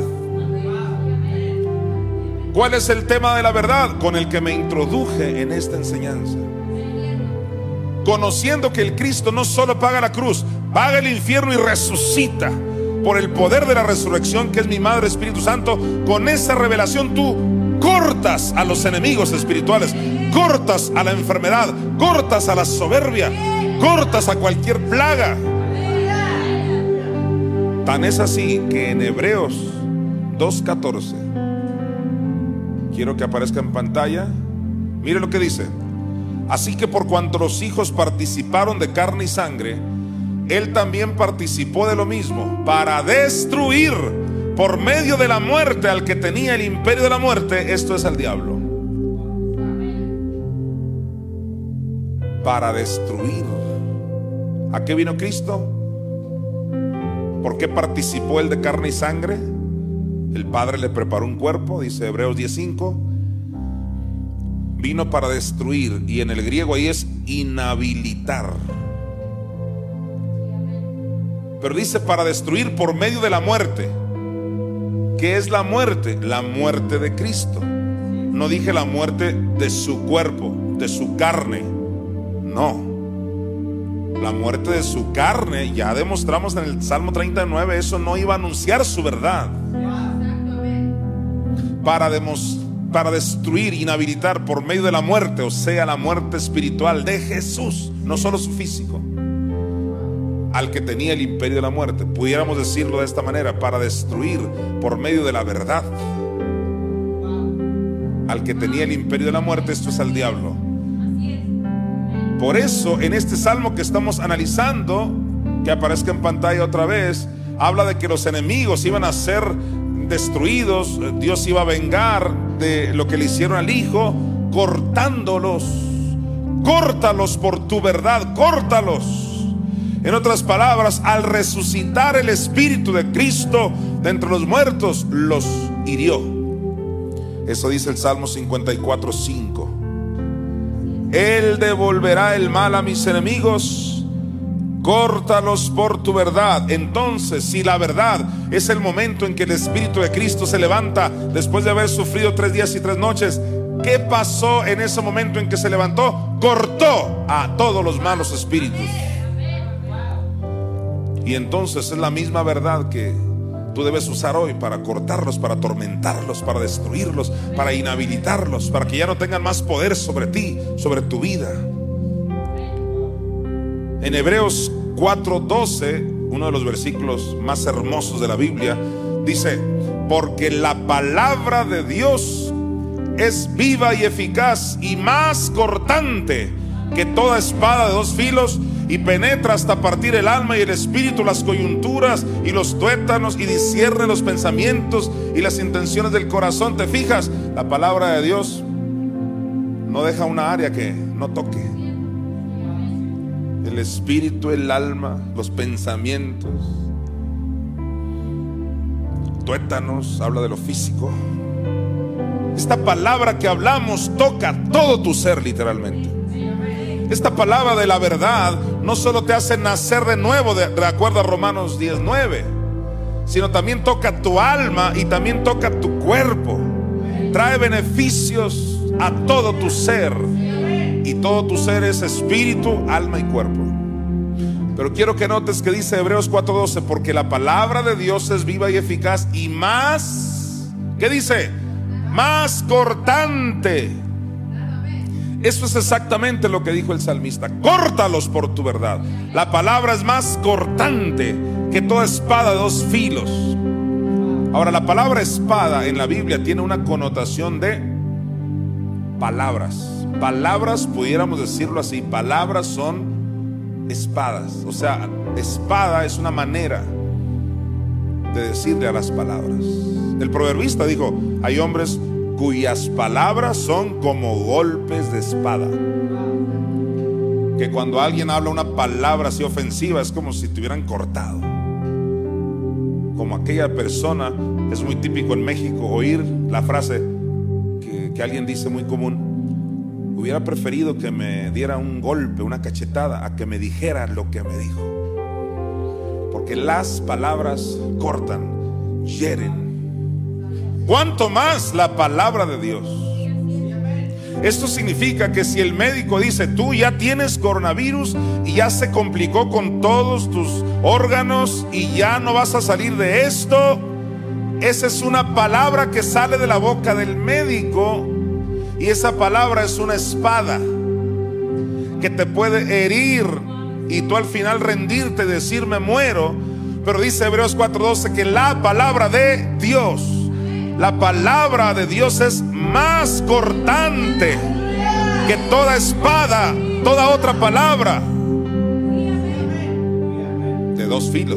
¿Cuál es el tema de la verdad? Con el que me introduje en esta enseñanza. Conociendo que el Cristo no solo paga la cruz, paga el infierno y resucita por el poder de la resurrección, que es mi Madre Espíritu Santo. Con esa revelación tú cortas a los enemigos espirituales, cortas a la enfermedad, cortas a la soberbia, cortas a cualquier plaga. Tan es así que en Hebreos 2:14, quiero que aparezca en pantalla, mire lo que dice: así que por cuanto los hijos participaron de carne y sangre, Él también participó de lo mismo, para destruir por medio de la muerte al que tenía el imperio de la muerte, esto es al diablo. Para destruir. ¿A qué vino Cristo? ¿Por qué participó Él de carne y sangre? El Padre le preparó un cuerpo, dice Hebreos 10:5. Vino para destruir, y en el griego ahí es inhabilitar. Pero dice para destruir por medio de la muerte. ¿Qué es la muerte? La muerte de Cristo. No dije la muerte de su cuerpo, de su carne. No. La muerte de su carne, ya demostramos en el Salmo 39, eso no iba a anunciar su verdad. Para destruir, inhabilitar por medio de la muerte, o sea, la muerte espiritual de Jesús, no solo su físico, al que tenía el imperio de la muerte. Pudiéramos decirlo de esta manera: para destruir por medio de la verdad al que tenía el imperio de la muerte, esto es al diablo. Por eso en este salmo que estamos analizando, que aparezca en pantalla otra vez, habla de que los enemigos iban a ser destruidos. Dios iba a vengar de lo que le hicieron al Hijo, cortándolos. Córtalos por tu verdad, córtalos. En otras palabras, al resucitar el Espíritu de Cristo de entre los muertos, los hirió. Eso dice el Salmo 54:5. Él devolverá el mal a mis enemigos, córtalos por tu verdad. Entonces, si la verdad es el momento en que el Espíritu de Cristo se levanta después de haber sufrido 3 días y 3 noches, ¿qué pasó en ese momento en que se levantó? Cortó a todos los malos espíritus. Y entonces es la misma verdad que tú debes usar hoy para cortarlos, para atormentarlos, para destruirlos, para inhabilitarlos, para que ya no tengan más poder sobre ti, sobre tu vida. En Hebreos 4:12, uno de los versículos más hermosos de la Biblia, dice: porque la palabra de Dios es viva y eficaz y más cortante que toda espada de 2 filos, y penetra hasta partir el alma y el espíritu, las coyunturas y los tuétanos, y discierne los pensamientos y las intenciones del corazón. ¿Te fijas? La palabra de Dios no deja una área que no toque. El espíritu, el alma, los pensamientos, tuétanos, habla de lo físico. Esta palabra que hablamos toca todo tu ser, literalmente. Esta palabra de la verdad no solo te hace nacer de nuevo, de acuerdo a Romanos 10:9, sino también toca tu alma y también toca tu cuerpo. Trae beneficios a todo tu ser, y todo tu ser es espíritu, alma y cuerpo. Pero quiero que notes que dice Hebreos 4:12: porque la palabra de Dios es viva y eficaz y más, ¿qué dice? Más cortante. Eso es exactamente lo que dijo el salmista: córtalos por tu verdad. La palabra es más cortante que toda espada de 2 filos. Ahora, la palabra espada en la Biblia tiene una connotación de palabras. Palabras, pudiéramos decirlo así, palabras son espadas. O sea, espada es una manera de decirle a las palabras. El proverbista dijo: hay hombres cuyas palabras son como golpes de espada. Que cuando alguien habla una palabra así ofensiva, es como si te hubieran cortado. Como aquella persona, es muy típico en México oír la frase que alguien dice muy común: hubiera preferido que me diera un golpe, una cachetada, a que me dijera lo que me dijo. Porque las palabras cortan, hieren. ¿Cuánto más la palabra de Dios? Esto significa que si el médico dice: tú ya tienes coronavirus y ya se complicó con todos tus órganos y ya no vas a salir de esto, esa es una palabra que sale de la boca del médico, Y esa palabra es una espada que te puede herir y tú al final rendirte y decir me muero. Pero dice Hebreos 4:12 que la palabra de Dios, la palabra de Dios es más cortante que toda espada, toda otra palabra, de dos filos,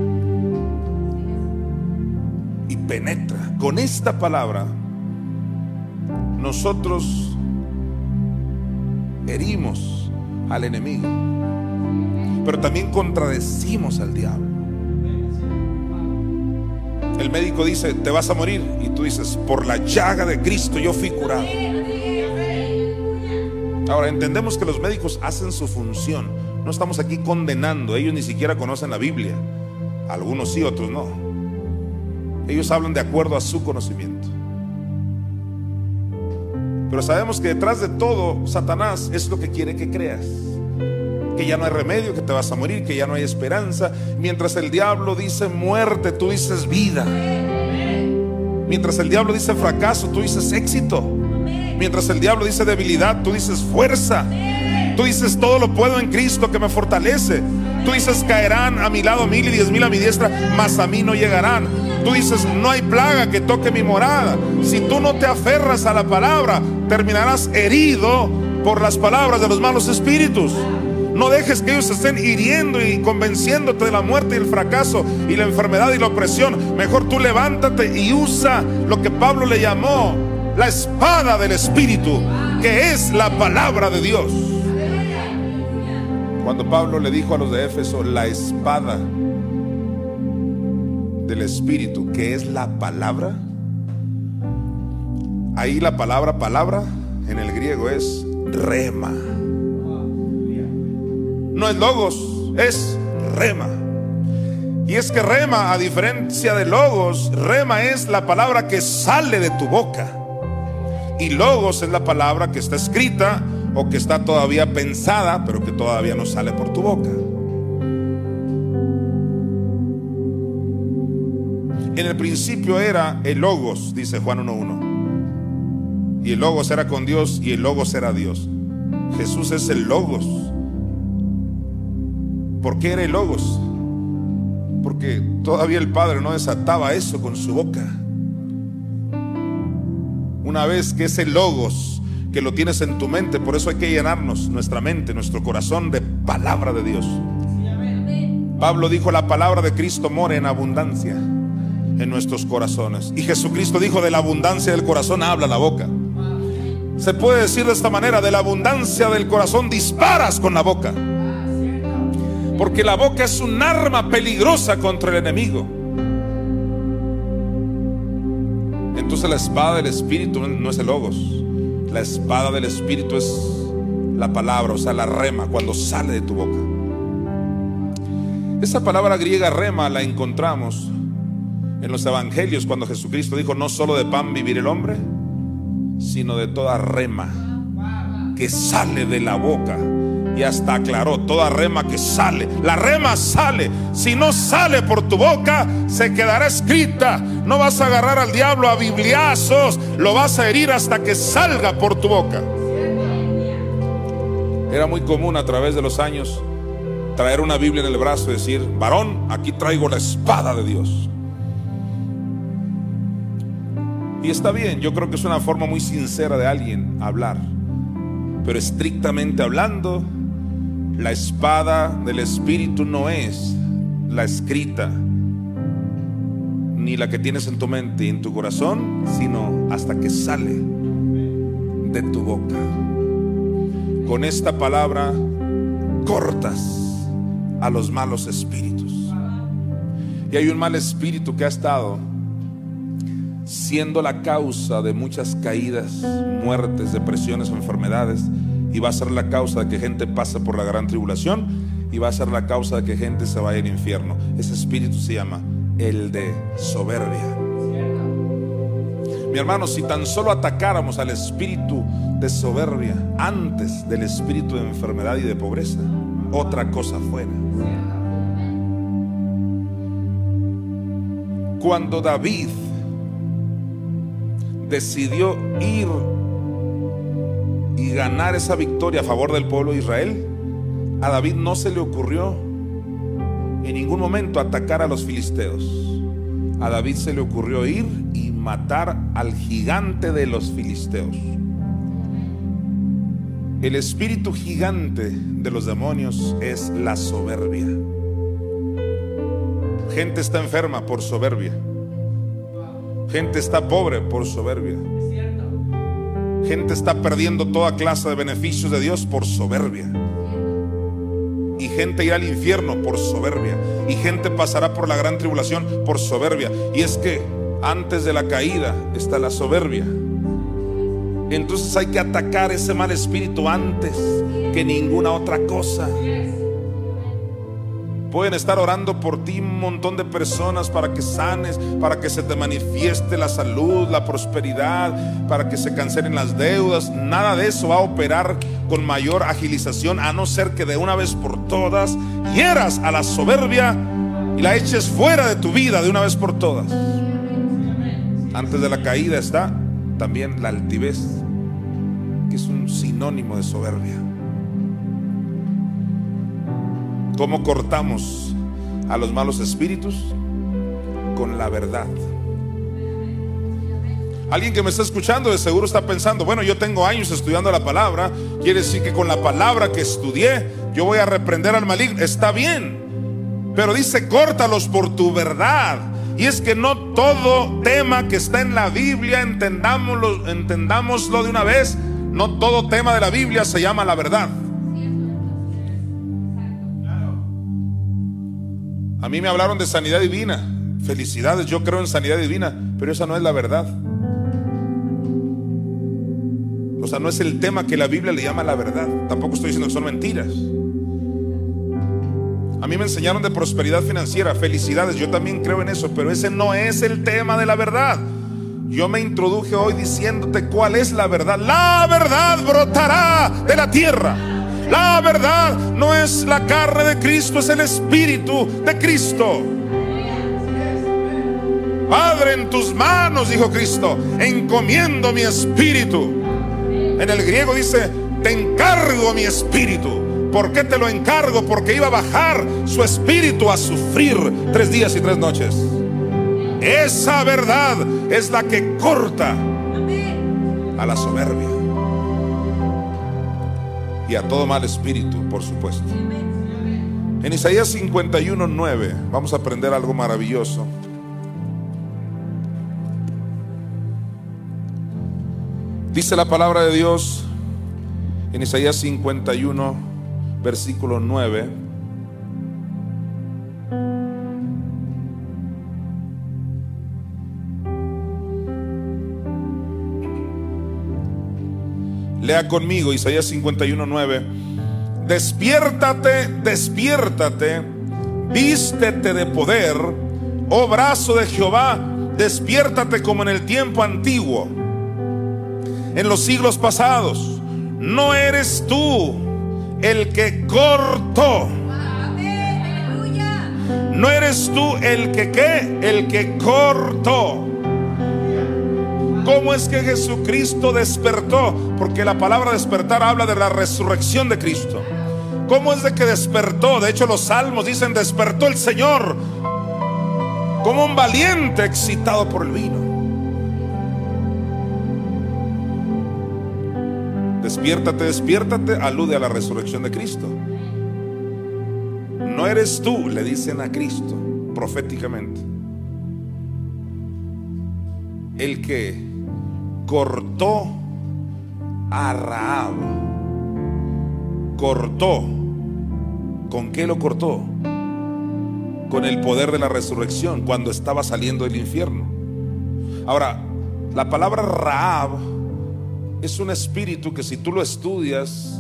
y penetra. Con esta palabra nosotros herimos al enemigo, pero también contradecimos al diablo. El médico dice te vas a morir y tú dices por la llaga de Cristo yo fui curado. Ahora entendemos que los médicos hacen su función. No estamos aquí condenando. Ellos ni siquiera conocen la Biblia. Algunos sí, otros no. Ellos hablan de acuerdo a su conocimiento. Pero sabemos que detrás de todo Satanás es lo que quiere que creas, que ya no hay remedio, que te vas a morir, que ya no hay esperanza. Mientras el diablo dice muerte, tú dices vida. Mientras el diablo dice fracaso, tú dices éxito. Mientras el diablo dice debilidad, tú dices fuerza. Tú dices todo lo puedo en Cristo que me fortalece. Tú dices caerán a mi lado 1000 y 10,000 a mi diestra, mas a mí no llegarán. Tú dices no hay plaga que toque mi morada. Si tú no te aferras a la palabra, terminarás herido por las palabras de los malos espíritus. No dejes que ellos estén hiriendo y convenciéndote de la muerte y el fracaso y la enfermedad y la opresión. Mejor tú levántate y usa lo que Pablo le llamó la espada del Espíritu, que es la palabra de Dios. Cuando Pablo le dijo a los de Éfeso la espada del Espíritu, que es la palabra, ahí la palabra en el griego es rema. No es logos, es rema. Y es que rema, a diferencia de logos, rema es la palabra que sale de tu boca, y logos es la palabra que está escrita o que está todavía pensada, pero que todavía no sale por tu boca. En el principio era el logos, dice Juan 1:1, y el logos era con Dios y el logos era Dios. Jesús es el logos. ¿Por qué era el logos? Porque todavía el Padre no desataba eso con su boca. Una vez que ese logos, que lo tienes en tu mente, por eso hay que llenarnos nuestra mente, nuestro corazón de palabra de Dios. Pablo dijo la palabra de Cristo mora en abundancia en nuestros corazones. Y Jesucristo dijo de la abundancia del corazón habla la boca. Se puede decir de esta manera: de la abundancia del corazón disparas con la boca. Porque la boca es un arma peligrosa contra el enemigo. Entonces la espada del Espíritu no es el logos. La espada del Espíritu es la palabra, o sea, la rema, cuando sale de tu boca. Esa palabra griega rema la encontramos en los evangelios, cuando Jesucristo dijo: no solo de pan vivir el hombre, sino de toda rema que sale de la boca. Y hasta aclaró: toda rema que sale. La rema sale. Si no sale por tu boca, se quedará escrita. No vas a agarrar al diablo a bibliazos, lo vas a herir hasta que salga por tu boca. Era muy común a través de los años traer una Biblia en el brazo y decir: varón, aquí traigo la espada de Dios. Y está bien, yo creo que es una forma muy sincera de alguien hablar. Pero estrictamente hablando, la espada del Espíritu no es la escrita, ni la que tienes en tu mente y en tu corazón, sino hasta que sale de tu boca. Con esta palabra cortas a los malos espíritus. Y hay un mal espíritu que ha estado siendo la causa de muchas caídas, muertes, depresiones, enfermedades, y va a ser la causa de que gente pase por la gran tribulación, y va a ser la causa de que gente se vaya al infierno. Ese espíritu se llama el de soberbia. Mi hermano, si tan solo atacáramos al espíritu de soberbia antes del espíritu de enfermedad y de pobreza, otra cosa fuera. Cuando David decidió ir y ganar esa victoria a favor del pueblo de Israel, a David no se le ocurrió en ningún momento atacar a los filisteos. A David se le ocurrió ir y matar al gigante de los filisteos. El espíritu gigante de los demonios es la soberbia. Gente está enferma por soberbia. Gente está pobre por soberbia. Gente está perdiendo toda clase de beneficios de Dios por soberbia. Y gente irá al infierno por soberbia. Y gente pasará por la gran tribulación por soberbia. Y es que antes de la caída está la soberbia. Entonces hay que atacar ese mal espíritu antes que ninguna otra cosa. Pueden estar orando por ti un montón de personas para que sanes, para que se te manifieste la salud, la prosperidad, para que se cancelen las deudas. Nada de eso va a operar con mayor agilización, a no ser que de una vez por todas hieras a la soberbia y la eches fuera de tu vida de una vez por todas. Antes de la caída está también la altivez, que es un sinónimo de soberbia. ¿Cómo cortamos a los malos espíritus? Con la verdad. Alguien que me está escuchando de seguro está pensando: bueno, yo tengo años estudiando la palabra, quiere decir que con la palabra que estudié yo voy a reprender al maligno. Está bien, pero dice: córtalos por tu verdad. Y es que no todo tema que está en la Biblia, entendámoslo de una vez, no todo tema de la Biblia se llama la verdad. A mí me hablaron de sanidad divina. Felicidades, yo creo en sanidad divina, pero esa no es la verdad. O sea, no es el tema que la Biblia le llama la verdad. Tampoco estoy diciendo que son mentiras. A mí me enseñaron de prosperidad financiera. Felicidades, yo también creo en eso, pero ese no es el tema de la verdad. Yo me introduje hoy diciéndote cuál es la verdad. La verdad brotará de la tierra. La verdad no es la carne de Cristo, es el Espíritu de Cristo. Padre, en tus manos, dijo Cristo, encomiendo mi espíritu. En el griego dice: te encargo mi espíritu. ¿Por qué te lo encargo? Porque iba a bajar su espíritu a sufrir 3 días y 3 noches. Esa verdad es la que corta a la soberbia y a todo mal espíritu, por supuesto. En Isaías 51:9 vamos a aprender algo maravilloso. Dice la palabra de Dios en Isaías 51, versículo 9: lea conmigo Isaías 51:9. Despiértate, despiértate, vístete de poder, oh brazo de Jehová, despiértate como en el tiempo antiguo, en los siglos pasados. No eres tú el que cortó. No eres tú el que ¿qué? El que cortó. ¿Cómo es que Jesucristo despertó? Porque la palabra despertar habla de la resurrección de Cristo. ¿Cómo es de que despertó? De hecho, los salmos dicen: despertó el Señor como un valiente excitado por el vino. Despiértate, despiértate alude a la resurrección de Cristo. No eres tú, le dicen a Cristo proféticamente, el que cortó a Rahab. Cortó. ¿Con qué lo cortó? Con el poder de la resurrección, cuando estaba saliendo del infierno. Ahora, la palabra Rahab es un espíritu que, si tú lo estudias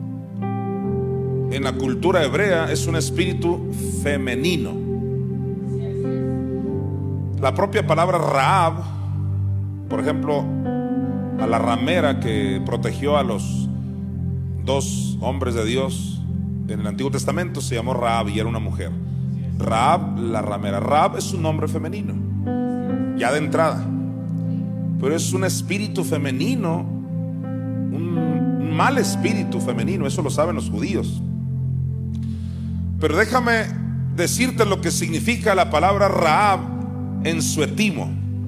en la cultura hebrea, es un espíritu femenino. La propia palabra Rahab, por ejemplo, a la ramera que protegió a los 2 hombres de Dios en el Antiguo Testamento, se llamó Rahab y era una mujer. Rahab, la ramera. Rahab es un nombre femenino, ya de entrada, pero es un espíritu femenino, un un mal espíritu femenino, eso lo saben los judíos. Pero déjame decirte lo que significa la palabra Rahab en su etimo.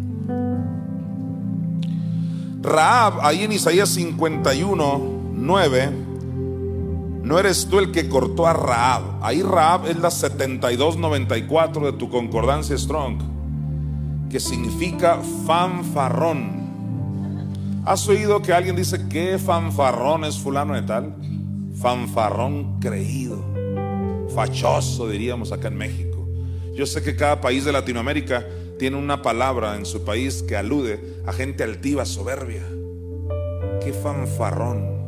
Rahab, ahí en Isaías 51:9, no eres tú el que cortó a Rahab. Ahí Rahab es la 7294 de tu concordancia Strong, que significa fanfarrón. ¿Has oído que alguien dice qué fanfarrón es fulano de tal? Fanfarrón creído, fachoso diríamos acá en México. Yo sé que cada país de Latinoamérica tiene una palabra en su país que alude a gente altiva, soberbia. Qué fanfarrón.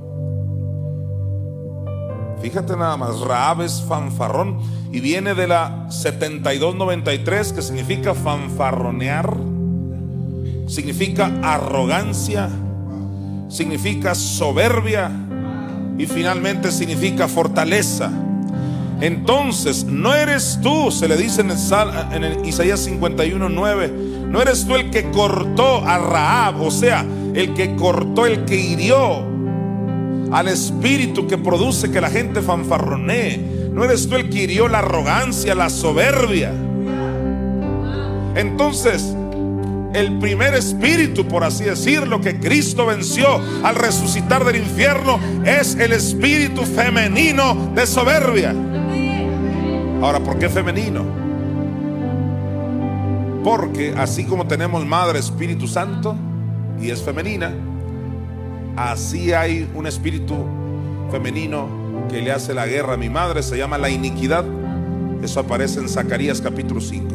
Fíjate nada más, Rahab es fanfarrón y viene de la 7293, que significa fanfarronear, significa arrogancia, significa soberbia y finalmente significa fortaleza. Entonces, no eres tú, se le dice en el Isaías 51:9, no eres tú el que cortó a Rahab, o sea, el que cortó, el que hirió al espíritu que produce que la gente fanfarronee. No eres tú el que hirió la arrogancia, la soberbia. Entonces, el primer espíritu, por así decirlo, que Cristo venció al resucitar del infierno es el espíritu femenino de soberbia. Ahora, ¿por qué femenino? Porque así como tenemos Madre Espíritu Santo y es femenina, así hay un espíritu femenino que le hace la guerra a mi madre, se llama la iniquidad. Eso aparece en Zacarías capítulo 5.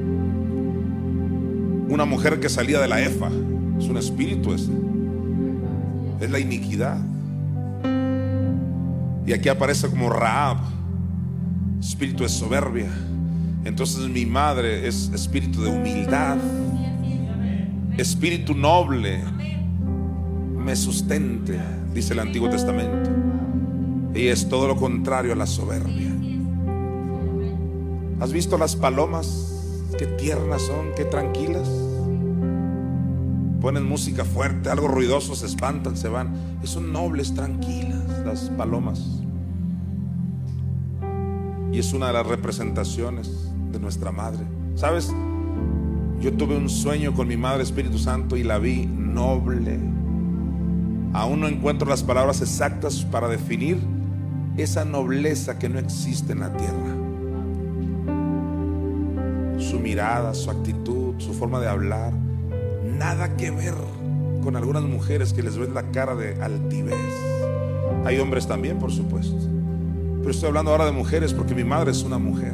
Una mujer que salía de la Efa, es un espíritu ese, es la iniquidad. Y aquí aparece como Rahab, espíritu de soberbia. Entonces mi madre es espíritu de humildad, espíritu noble, me sustente, dice el Antiguo Testamento. Y es todo lo contrario a la soberbia. ¿Has visto las palomas? Qué tiernas son, qué tranquilas. Ponen música fuerte, algo ruidoso, se espantan, se van. Son nobles, tranquilas las palomas. Y es una de las representaciones de nuestra madre. ¿Sabes? Yo tuve un sueño con mi Madre Espíritu Santo y la vi noble. Aún no encuentro las palabras exactas para definir esa nobleza que no existe en la tierra. Su mirada, su actitud, su forma de hablar, nada que ver con algunas mujeres que les ven la cara de altivez. Hay hombres también, por supuesto, pero estoy hablando ahora de mujeres porque mi madre es una mujer.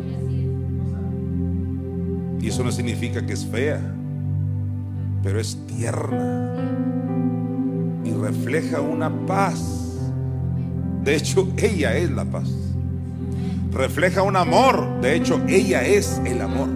Y eso no significa que es fea, pero es tierna y refleja una paz. De hecho, ella es la paz. Refleja un amor. De hecho, ella es el amor.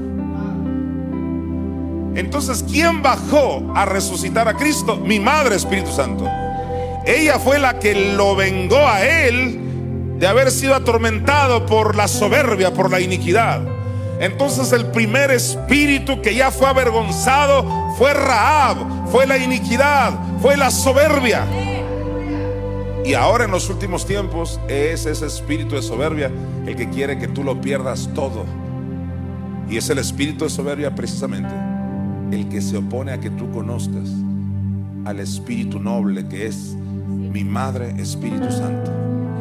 Entonces, ¿quién bajó a resucitar a Cristo? Mi Madre Espíritu Santo. Ella fue la que lo vengó a él de haber sido atormentado por la soberbia, por la iniquidad. Entonces el primer espíritu que ya fue avergonzado fue Rahab, fue la iniquidad, fue la soberbia. Y ahora en los últimos tiempos es ese espíritu de soberbia el que quiere que tú lo pierdas todo. Y es el espíritu de soberbia precisamente el que se opone a que tú conozcas al espíritu noble que es mi Madre Espíritu Santo.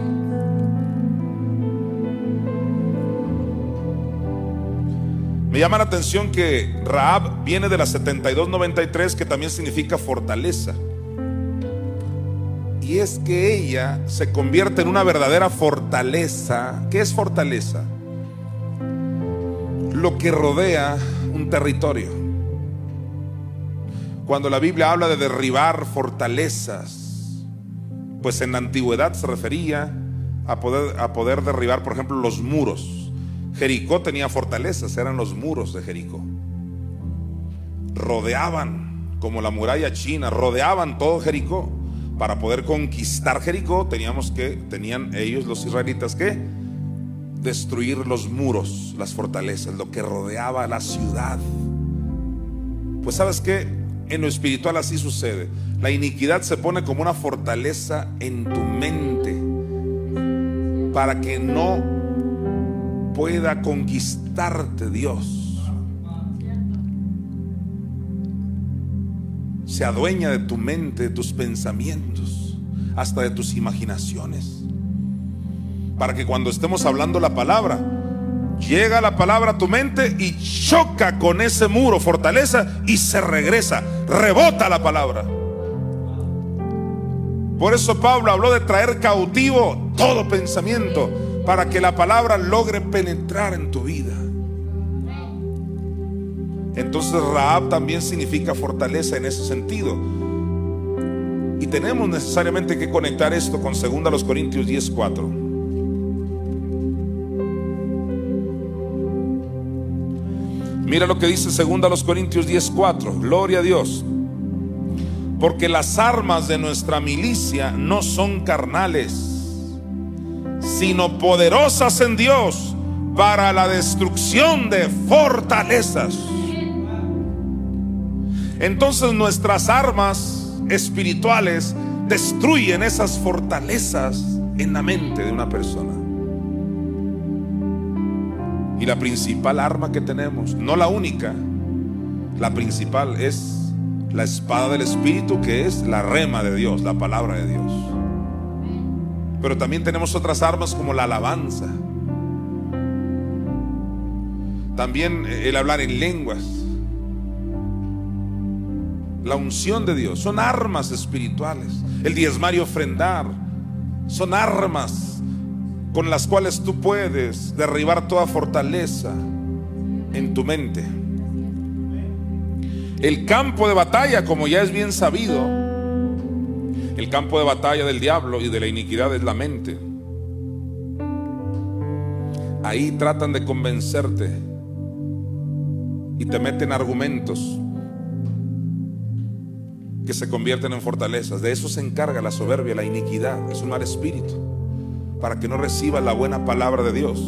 Me llama la atención que Rahab viene de la 7293, que también significa fortaleza. Y es que ella se convierte en una verdadera fortaleza. ¿Qué es fortaleza? Lo que rodea un territorio. Cuando la Biblia habla de derribar fortalezas, pues en la antigüedad se refería a poder derribar, por ejemplo, los muros. Jericó tenía fortalezas, eran los muros de Jericó. Rodeaban, como la muralla china, rodeaban todo Jericó. Para poder conquistar Jericó tenían ellos, los israelitas, que destruir los muros, las fortalezas, lo que rodeaba la ciudad. Pues ¿sabes qué? En lo espiritual así sucede. La iniquidad se pone como una fortaleza en tu mente para que no pueda conquistarte Dios. Se adueña de tu mente, de tus pensamientos, hasta de tus imaginaciones, para que cuando estemos hablando la palabra, llega la palabra a tu mente y choca con ese muro, fortaleza, y se regresa, rebota la palabra. Por eso Pablo habló de traer cautivo todo pensamiento, para que la palabra logre penetrar en tu vida. Entonces Rahab también significa fortaleza en ese sentido. Y tenemos necesariamente que conectar esto con 2 Corintios 10:4. Mira lo que dice 2 Corintios 10:4. Gloria a Dios. Porque las armas de nuestra milicia no son carnales, sino poderosas en Dios para la destrucción de fortalezas. Entonces nuestras armas espirituales destruyen esas fortalezas en la mente de una persona. Y la principal arma que tenemos, no la única, la principal es la espada del Espíritu, que es la rema de Dios, la palabra de Dios. Pero también tenemos otras armas como la alabanza, también el hablar en lenguas, la unción de Dios. Son armas espirituales. El diezmar y ofrendar son armas con las cuales tú puedes derribar toda fortaleza en tu mente. El campo de batalla, como ya es bien sabido, el campo de batalla del diablo y de la iniquidad es la mente. Ahí tratan de convencerte y te meten argumentos que se convierten en fortalezas. De eso se encarga la soberbia, la iniquidad. Es un mal espíritu, para que no recibas la buena palabra de Dios.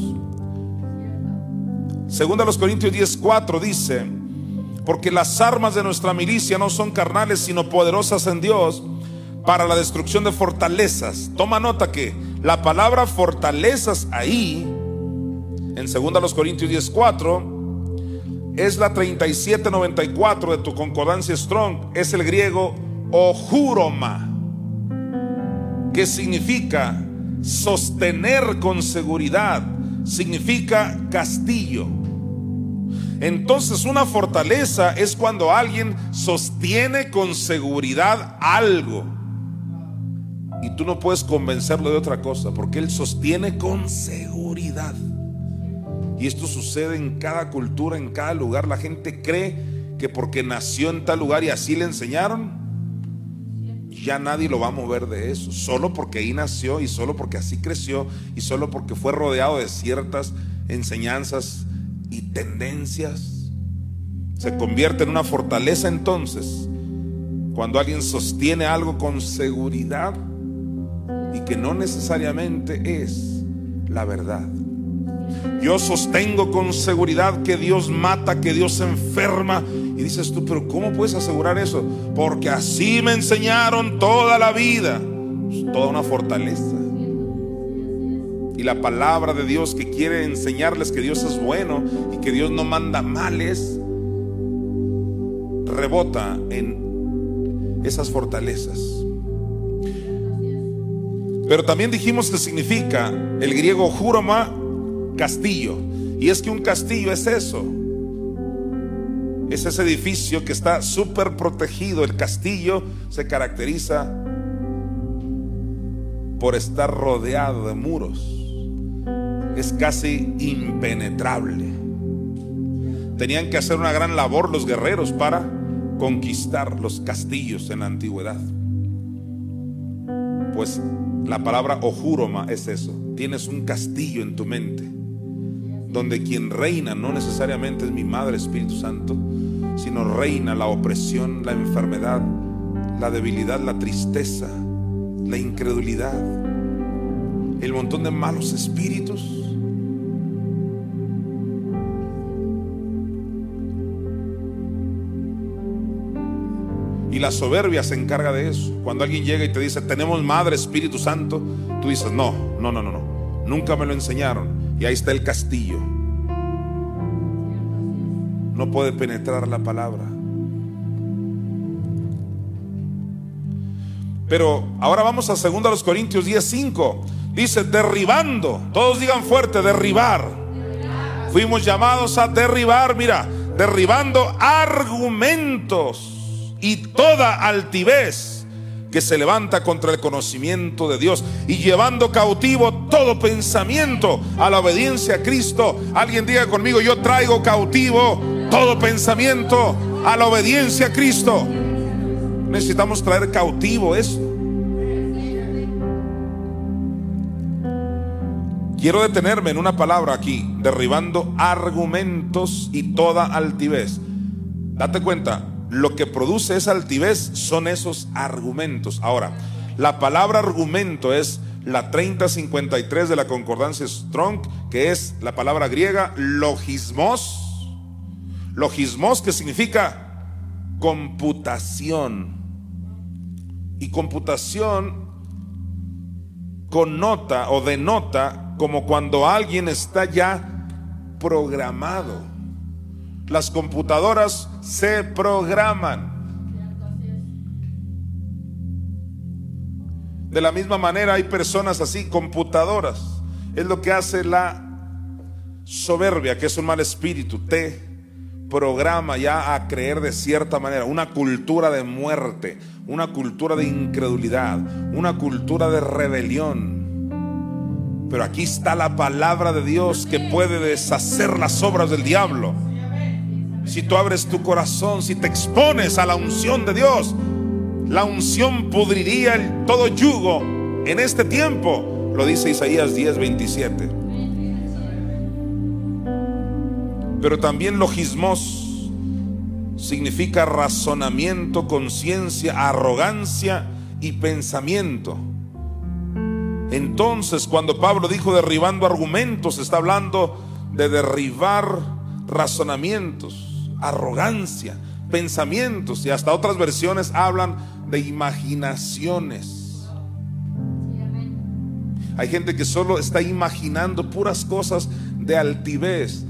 2 Corintios 10:4 dice: porque las armas de nuestra milicia no son carnales, sino poderosas en Dios para la destrucción de fortalezas. Toma nota que la palabra fortalezas ahí en 2 Corintios 10:4 es la 3794 de tu concordancia Strong. Es el griego ojúroma, que significa sostener con seguridad, significa castillo. Entonces una fortaleza es cuando alguien sostiene con seguridad algo y tú no puedes convencerlo de otra cosa, porque él sostiene con seguridad. Y esto sucede en cada cultura, en cada lugar. La gente cree que porque nació en tal lugar y así le enseñaron, ya nadie lo va a mover de eso, solo porque ahí nació y solo porque así creció y solo porque fue rodeado de ciertas enseñanzas y tendencias. Se convierte en una fortaleza entonces cuando alguien sostiene algo con seguridad y que no necesariamente es la verdad. Yo sostengo con seguridad que Dios mata, que Dios enferma. Y dices tú, pero ¿cómo puedes asegurar eso? Porque así me enseñaron toda la vida. Es toda una fortaleza. Y la palabra de Dios, que quiere enseñarles que Dios es bueno y que Dios no manda males, rebota en esas fortalezas. Pero también dijimos que significa el griego juroma, castillo. Y es que un castillo es eso, es ese edificio que está súper protegido. El castillo se caracteriza por estar rodeado de muros, es casi impenetrable. Tenían que hacer una gran labor los guerreros para conquistar los castillos en la antigüedad. Pues la palabra ojúroma es eso. Tienes un castillo en tu mente, donde quien reina no necesariamente es mi Madre Espíritu Santo, sino reina la opresión, la enfermedad, la debilidad, la tristeza, la incredulidad, el montón de malos espíritus. Y la soberbia se encarga de eso. Cuando alguien llega y te dice, tenemos madre, Espíritu Santo, tú dices, no, nunca me lo enseñaron. Y ahí está el castillo. No puede penetrar la palabra. Pero ahora vamos a 2 Corintios 10:5. Dice, derribando. Todos digan fuerte, derribar. Fuimos llamados a derribar, mira, derribando argumentos y toda altivez que se levanta contra el conocimiento de Dios, y llevando cautivo todo pensamiento a la obediencia a Cristo. Alguien diga conmigo, yo traigo cautivo todo pensamiento a la obediencia a Cristo. Necesitamos traer cautivo eso. Quiero detenerme en una palabra aquí, derribando argumentos y toda altivez. Date cuenta, lo que produce esa altivez son esos argumentos. Ahora, la palabra argumento es la 3053 de la concordancia Strong, que es la palabra griega logismos. Logismos, que significa computación. Y computación connota o denota como cuando alguien está ya programado. Las computadoras se programan. De la misma manera hay personas así, computadoras. Es lo que hace la soberbia, que es un mal espíritu. Te programa ya a creer de cierta manera. Una cultura de muerte, una cultura de incredulidad, una cultura de rebelión. Pero aquí está la palabra de Dios que puede deshacer las obras del diablo. Si tú abres tu corazón, si te expones a la unción de Dios, la unción pudriría todo yugo en este tiempo. Lo dice Isaías 10:27. Pero también logismos significa razonamiento, conciencia, arrogancia y pensamiento. Entonces, cuando Pablo dijo derribando argumentos, está hablando de derribar razonamientos, arrogancia, pensamientos, y hasta otras versiones hablan de imaginaciones. Hay gente que solo está imaginando puras cosas de altivez.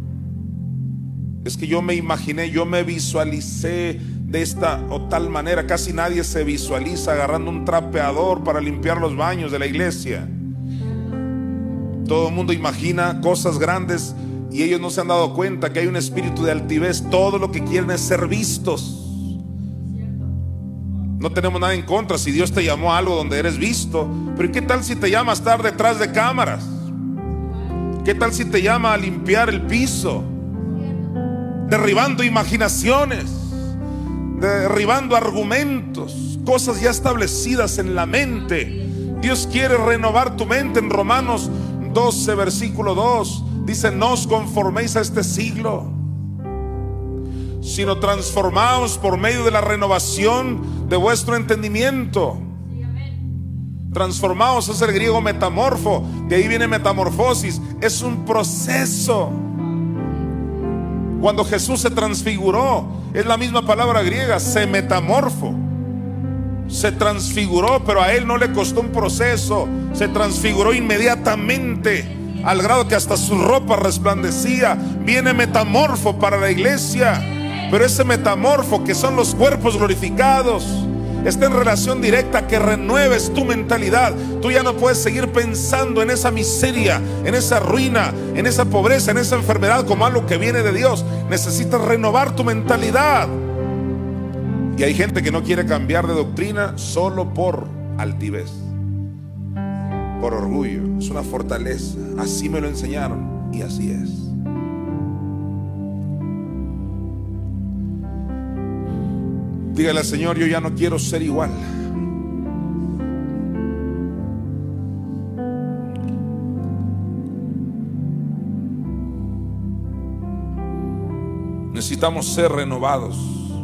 Es que yo me imaginé, yo me visualicé de esta o tal manera. Casi nadie se visualiza agarrando un trapeador para limpiar los baños de la iglesia. Todo el mundo imagina cosas grandes y ellos no se han dado cuenta que hay un espíritu de altivez. Todo lo que quieren es ser vistos. No tenemos nada en contra si Dios te llamó a algo donde eres visto, pero ¿qué tal si te llama a estar detrás de cámaras? ¿Qué tal si te llama a limpiar el piso? Derribando imaginaciones, derribando argumentos, cosas ya establecidas en la mente. Dios quiere renovar tu mente. En Romanos 12 versículo 2 dice: no os conforméis a este siglo, sino transformaos por medio de la renovación de vuestro entendimiento. Transformaos es el griego metamorfo, de ahí viene metamorfosis. Es un proceso. Cuando Jesús se transfiguró, es la misma palabra griega, se metamorfo. Se transfiguró, pero a él no le costó un proceso. Se transfiguró inmediatamente, al grado que hasta su ropa resplandecía. Viene metamorfo para la iglesia, pero ese metamorfo, que son los cuerpos glorificados, está en relación directa que renueves tu mentalidad. Tú ya no puedes seguir pensando en esa miseria, en esa ruina, en esa pobreza, en esa enfermedad como algo que viene de Dios. Necesitas renovar tu mentalidad. Y hay gente que no quiere cambiar de doctrina solo por altivez, por orgullo. Es una fortaleza. Así me lo enseñaron y así es. Dígale al Señor: yo ya no quiero ser igual. Necesitamos ser renovados.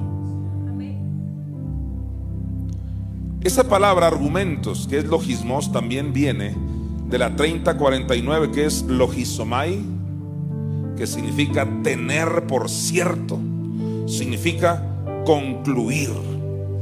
Esa palabra argumentos, que es logismos, también viene de la 3049, que es logisomai, que significa tener por cierto, significa concluir.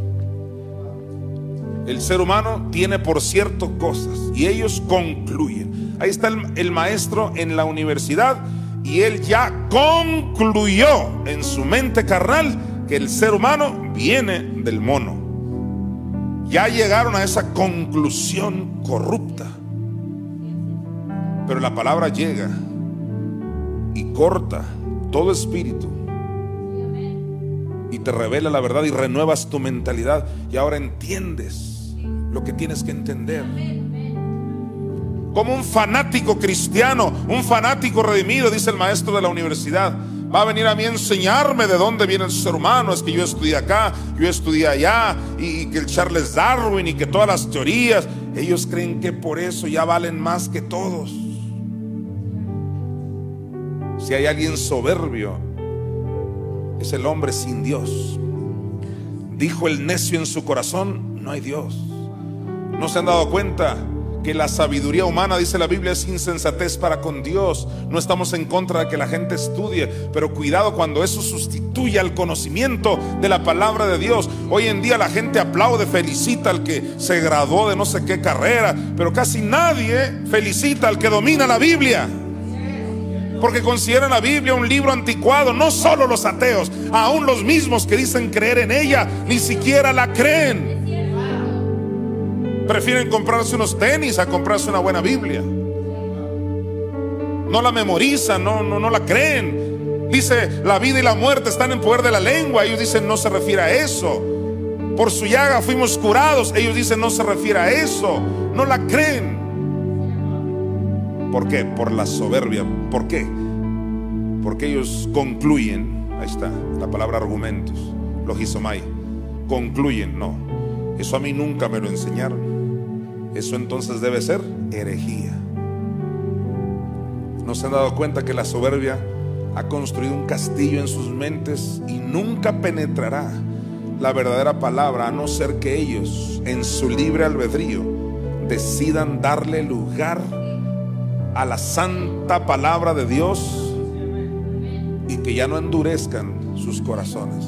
El ser humano tiene por cierto cosas y ellos concluyen. Ahí está el maestro en la universidad y él ya concluyó en su mente carnal que el ser humano viene del mono. Ya llegaron a esa conclusión corrupta. Pero la palabra llega y corta todo espíritu y te revela la verdad y renuevas tu mentalidad, y ahora entiendes lo que tienes que entender. Como un fanático cristiano, un fanático redimido, dice el maestro de la universidad, va a venir a mí a enseñarme de dónde viene el ser humano. Es que yo estudié acá, yo estudié allá, y que el Charles Darwin y que todas las teorías. Ellos creen que por eso ya valen más que todos. Si hay alguien soberbio, es el hombre sin Dios. Dijo el necio en su corazón: no hay Dios. ¿No se han dado cuenta que la sabiduría humana, dice la Biblia, es insensatez para con Dios? No estamos en contra de que la gente estudie, pero cuidado cuando eso sustituye al conocimiento de la palabra de Dios. Hoy en día la gente aplaude, felicita al que se graduó de no sé qué carrera, pero casi nadie felicita al que domina la Biblia, porque consideran la Biblia un libro anticuado. No solo los ateos, aún los mismos que dicen creer en ella ni siquiera la creen. Prefieren comprarse unos tenis a comprarse una buena Biblia. No la memorizan, no la creen. Dice: la vida y la muerte están en poder de la lengua. Ellos dicen: no se refiere a eso. Por su llaga fuimos curados. Ellos dicen: no se refiere a eso. No la creen. ¿Por qué? Por la soberbia. ¿Por qué? Porque ellos concluyen. Ahí está la palabra argumentos, logizomai. Concluyen: no, eso a mí nunca me lo enseñaron. Eso entonces debe ser herejía. ¿No se han dado cuenta que la soberbia ha construido un castillo en sus mentes y nunca penetrará la verdadera palabra, a no ser que ellos, en su libre albedrío, decidan darle lugar a la santa palabra de Dios y que ya no endurezcan sus corazones?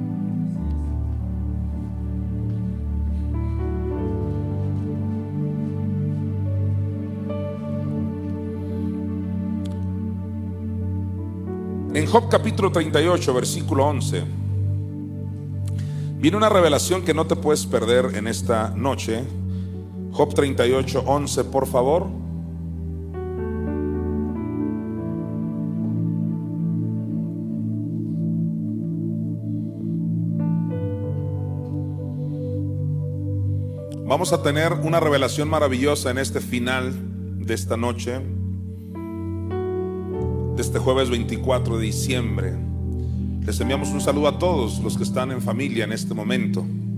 En Job capítulo 38, versículo 11, viene una revelación que no te puedes perder en esta noche. Job 38, 11, por favor. Vamos a tener una revelación maravillosa en este final de esta noche, de este jueves 24 de diciembre. Les enviamos un saludo a todos los que están en familia en este momento,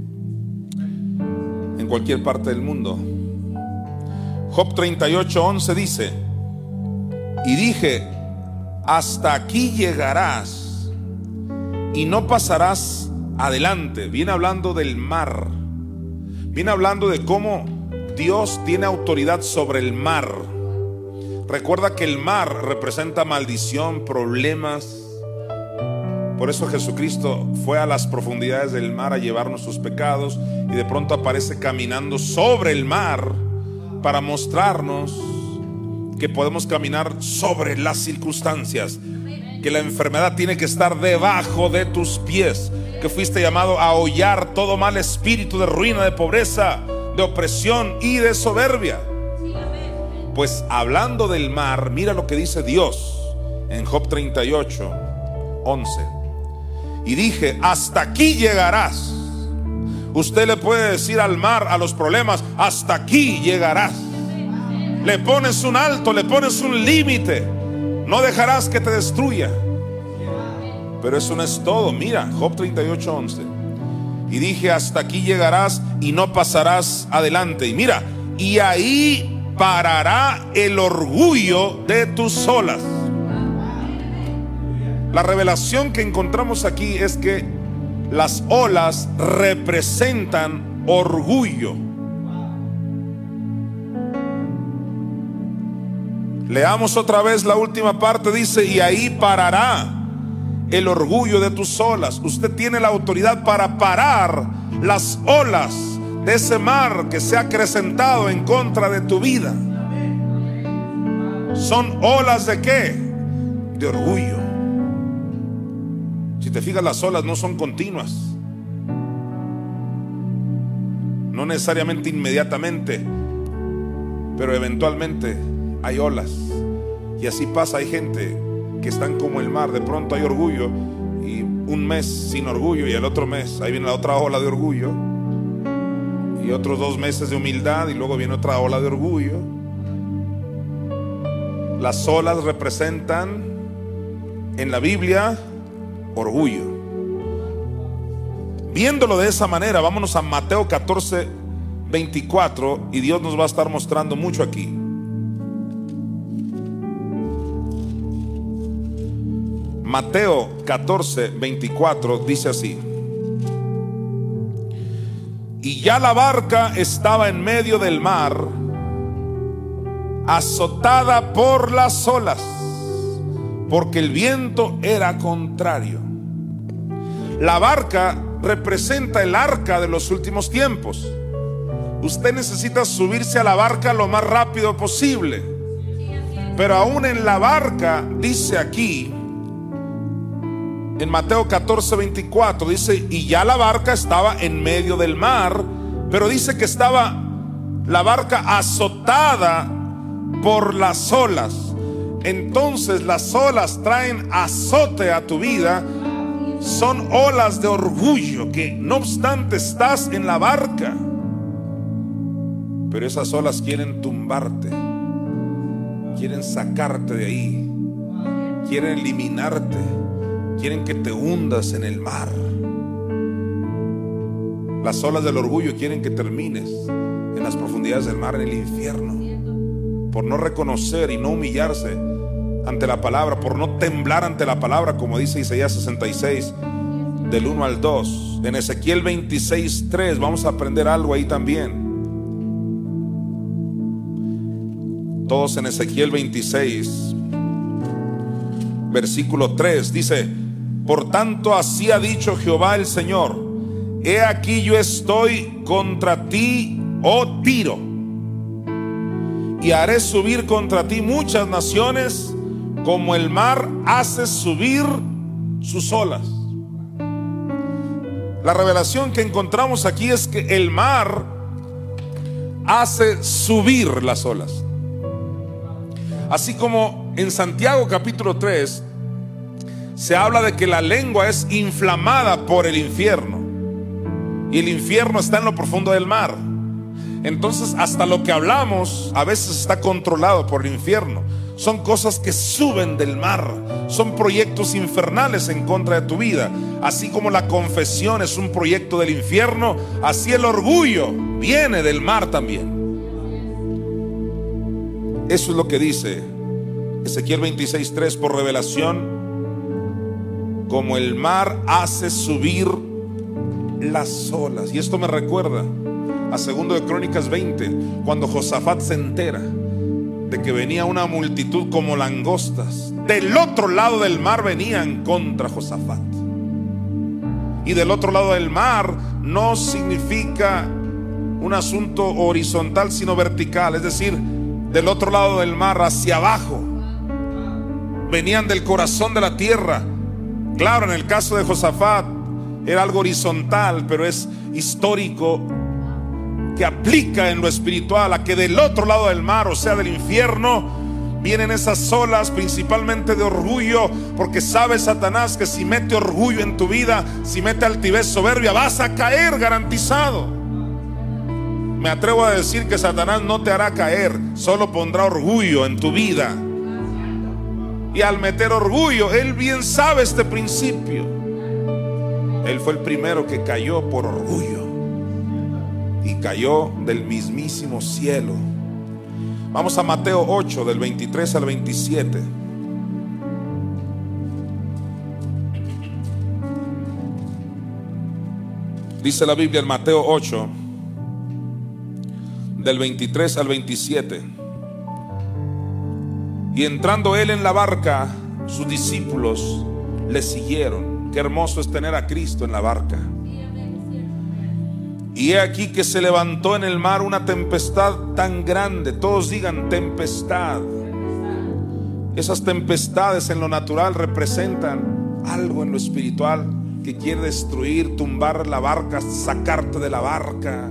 en cualquier parte del mundo. Job 38:11 dice: y dije, hasta aquí llegarás y no pasarás adelante. Viene hablando del mar, viene hablando de cómo Dios tiene autoridad sobre el mar. Recuerda que el mar representa maldición, problemas. Por eso Jesucristo fue a las profundidades del mar a llevarnos sus pecados, y de pronto aparece caminando sobre el mar para mostrarnos que podemos caminar sobre las circunstancias, que la enfermedad tiene que estar debajo de tus pies, que fuiste llamado a hollar todo mal espíritu de ruina, de pobreza, de opresión y de soberbia. Pues hablando del mar, mira lo que dice Dios en Job 38:11. Y dije, hasta aquí llegarás. Usted le puede decir al mar, a los problemas, hasta aquí llegarás. Le pones un alto, le pones un límite. No dejarás que te destruya. Pero eso no es todo. Mira, Job 38:11. Y dije, hasta aquí llegarás y no pasarás adelante. Y mira, y ahí parará el orgullo de tus olas. La revelación que encontramos aquí es que las olas representan orgullo. Leamos otra vez la última parte. Dice, y ahí parará el orgullo de tus olas. Usted tiene la autoridad para parar las olas de ese mar que se ha acrecentado en contra de tu vida. Son olas de ¿qué? De orgullo. Si te fijas, las olas no son continuas, no necesariamente inmediatamente, pero eventualmente hay olas. Y así pasa, hay gente que están como el mar. De pronto hay orgullo y un mes sin orgullo, y el otro mes ahí viene la otra ola de orgullo, y otros 2 meses de humildad, y luego viene otra ola de orgullo. Las olas representan en la Biblia orgullo. Viéndolo de esa manera, vámonos a Mateo 14, 24, y Dios nos va a estar mostrando mucho aquí. Mateo 14, 24 dice así: y ya la barca estaba en medio del mar, azotada por las olas, porque el viento era contrario. La barca representa el arca de los últimos tiempos. Usted necesita subirse a la barca lo más rápido posible, pero aún en la barca, dice aquí en Mateo 14, 24, dice: y ya la barca estaba en medio del mar, pero dice que estaba la barca azotada por las olas. Entonces las olas traen azote a tu vida. Son olas de orgullo que, no obstante, estás en la barca, pero esas olas quieren tumbarte, quieren sacarte de ahí, quieren eliminarte, quieren que te hundas en el mar. Las olas del orgullo quieren que termines en las profundidades del mar, en el infierno, por no reconocer y no humillarse ante la palabra, por no temblar ante la palabra, como dice Isaías 66 del 1 al 2. En Ezequiel 26, 3 vamos a aprender algo ahí también. Todos en Ezequiel 26 versículo 3 dice: por tanto así ha dicho Jehová el Señor, he aquí yo estoy contra ti, oh Tiro, y haré subir contra ti muchas naciones, como el mar hace subir sus olas. La revelación que encontramos aquí es que el mar hace subir las olas. Así como en Santiago capítulo 3 se habla de que la lengua es inflamada por el infierno, y el infierno está en lo profundo del mar. Entonces hasta lo que hablamos a veces está controlado por el infierno. Son cosas que suben del mar, son proyectos infernales en contra de tu vida. Así como la confesión es un proyecto del infierno, así el orgullo viene del mar también. Eso es lo que dice Ezequiel 26:3, por revelación, como el mar hace subir las olas. Y esto me recuerda a 2 de Crónicas 20, cuando Josafat se entera de que venía una multitud como langostas. Del otro lado del mar venían contra Josafat. Y del otro lado del mar no significa un asunto horizontal, sino vertical. Es decir, del otro lado del mar hacia abajo. Venían del corazón de la tierra. Claro, en el caso de Josafat era algo horizontal, pero es histórico, que aplica en lo espiritual, a que del otro lado del mar, o sea del infierno, vienen esas olas principalmente de orgullo, porque sabe Satanás que si mete orgullo en tu vida, si mete altivez, soberbia, vas a caer garantizado. Me atrevo a decir que Satanás no te hará caer, solo pondrá orgullo en tu vida. Y al meter orgullo, él bien sabe este principio. Él fue el primero que cayó por orgullo, y cayó del mismísimo cielo. Vamos a Mateo 8, del 23 al 27. Dice la Biblia en Mateo 8, del 23 al 27. Y entrando él en la barca, sus discípulos le siguieron. Qué hermoso es tener a Cristo en la barca. Y he aquí que se levantó en el mar una tempestad tan grande. Todos digan tempestad. Esas tempestades en lo natural representan algo en lo espiritual que quiere destruir, tumbar la barca, sacarte de la barca.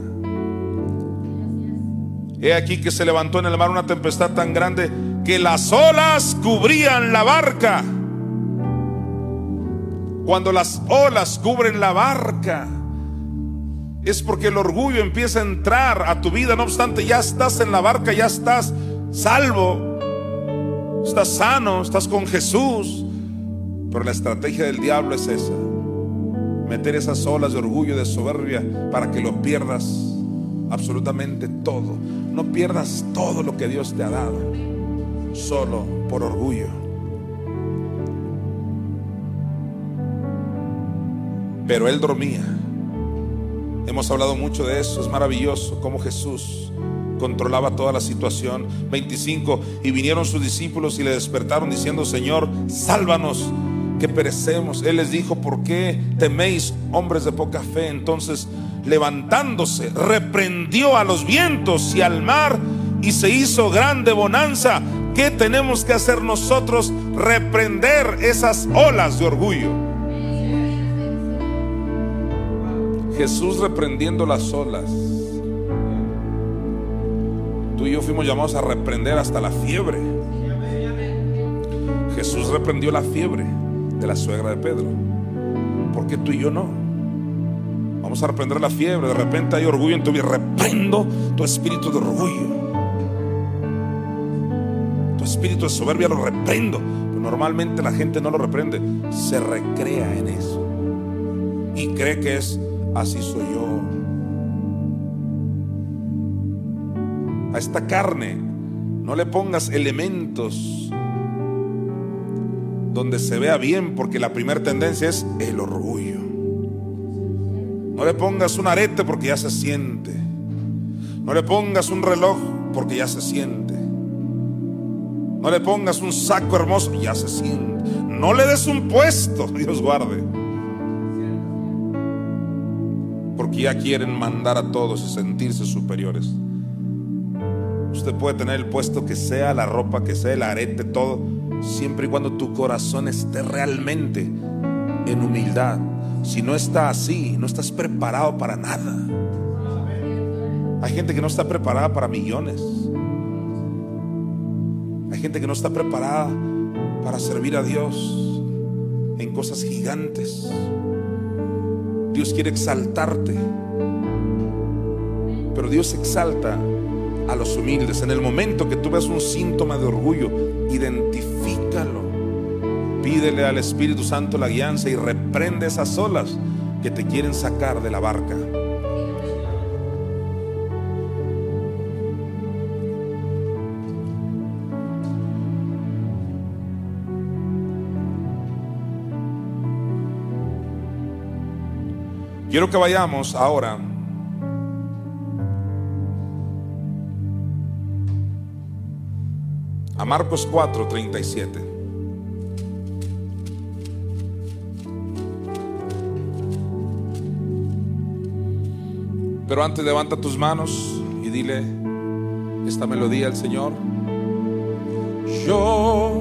He aquí que se levantó en el mar una tempestad tan grande que las olas cubrían la barca. Cuando las olas cubren la barca, es porque el orgullo empieza a entrar a tu vida. No obstante, ya estás en la barca, ya estás salvo, estás sano, estás con Jesús. Pero la estrategia del diablo es esa: meter esas olas de orgullo y de soberbia para que lo pierdas absolutamente todo. No pierdas todo lo que Dios te ha dado solo por orgullo. Pero él dormía. Hemos hablado mucho de eso. Es maravilloso cómo Jesús controlaba toda la situación. 25. Y vinieron sus discípulos y le despertaron diciendo: Señor, sálvanos, que perecemos. Él les dijo: ¿por qué teméis, hombres de poca fe? Entonces, levantándose, reprendió a los vientos y al mar, y se hizo grande bonanza. ¿Qué tenemos que hacer nosotros? Reprender esas olas de orgullo. Jesús reprendiendo las olas. Tú y yo fuimos llamados a reprender hasta la fiebre. Jesús reprendió la fiebre de la suegra de Pedro. ¿Por qué tú y yo no? Vamos a reprender la fiebre. De repente hay orgullo en tu vida. Reprendo tu espíritu de orgullo, tu espíritu de soberbia, lo reprendo. Pero normalmente la gente no lo reprende, se recrea en eso y cree que es: así soy yo. A esta carne no le pongas elementos donde se vea bien, porque la primera tendencia es el orgullo. No le pongas un arete porque ya se siente. No le pongas un reloj porque ya se siente. No le pongas un saco hermoso, ya se siente. No le des un puesto, Dios guarde, porque ya quieren mandar a todos y sentirse superiores. Usted puede tener el puesto que sea, la ropa que sea, el arete, todo, siempre y cuando tu corazón esté realmente en humildad. Si no está así, no estás preparado para nada. Hay gente que no está preparada para millones. Hay gente que no está preparada para servir a Dios en cosas gigantes. Dios quiere exaltarte, pero Dios exalta a los humildes. En el momento que tú ves un síntoma de orgullo, identifícalo, pídele al Espíritu Santo la guianza y reprende esas olas que te quieren sacar de la barca. Quiero que vayamos ahora a Marcos 4:37. Pero antes, levanta tus manos y dile esta melodía al Señor: yo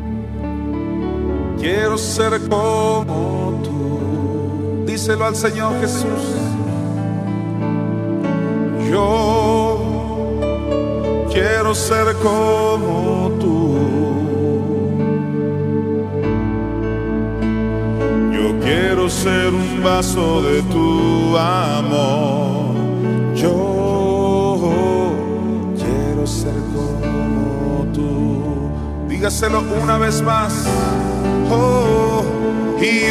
quiero ser como tú. Díselo al Señor Jesús. Yo quiero ser como tú. Yo quiero ser un vaso de tu amor. Yo quiero ser como tú. Dígaselo una vez más. Oh, y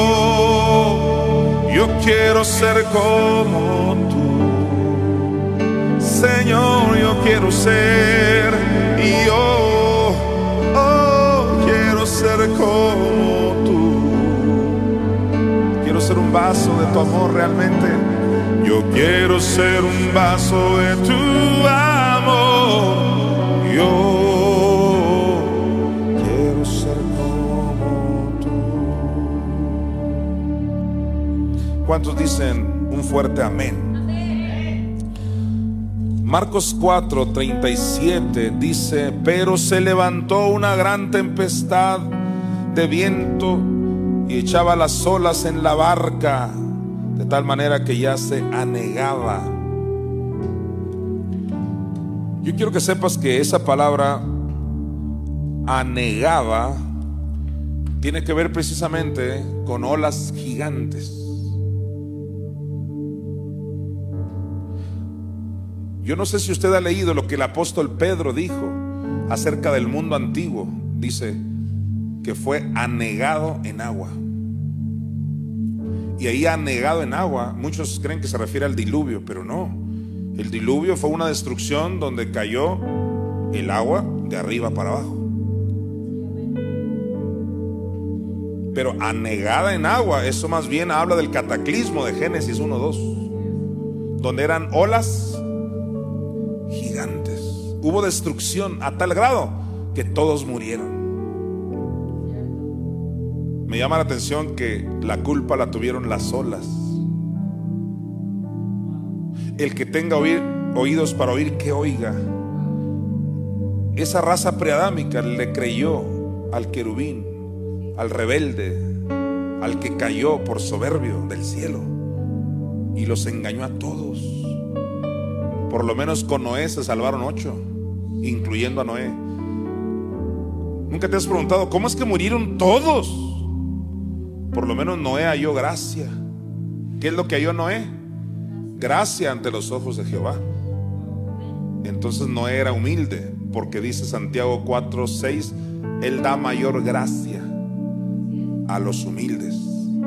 yo quiero ser como tú, Señor, yo quiero ser, y yo quiero ser como tú. Quiero ser un vaso de tu amor realmente. Yo quiero ser un vaso de tu amor. Yo quiero ser como tú. ¿Cuántos dicen un fuerte amén? Marcos 4:37 dice: pero se levantó una gran tempestad de viento y echaba las olas en la barca, de tal manera que ya se anegaba. Yo quiero que sepas que esa palabra anegaba tiene que ver precisamente con olas gigantes. Yo no sé si usted ha leído lo que el apóstol Pedro dijo acerca del mundo antiguo. Dice que fue anegado en agua. Y ahí anegado en agua, muchos creen que se refiere al diluvio, pero no. El diluvio fue una destrucción donde cayó el agua de arriba para abajo. Pero anegada en agua, eso más bien habla del cataclismo de Génesis 1:2, donde eran olas gigantes. Hubo destrucción a tal grado que todos murieron. Me llama la atención que la culpa la tuvieron las olas. El que tenga oídos para oír, que oiga. Esa raza preadámica le creyó al querubín, al rebelde, al que cayó por soberbio del cielo, y los engañó a todos. Por lo menos con Noé se salvaron 8, incluyendo a Noé. ¿Nunca te has preguntado cómo es que murieron todos? Por lo menos Noé halló gracia. ¿Qué es lo que halló Noé? Gracia ante los ojos de Jehová. Entonces Noé era humilde, porque dice Santiago 4:6, Él da mayor gracia a los humildes,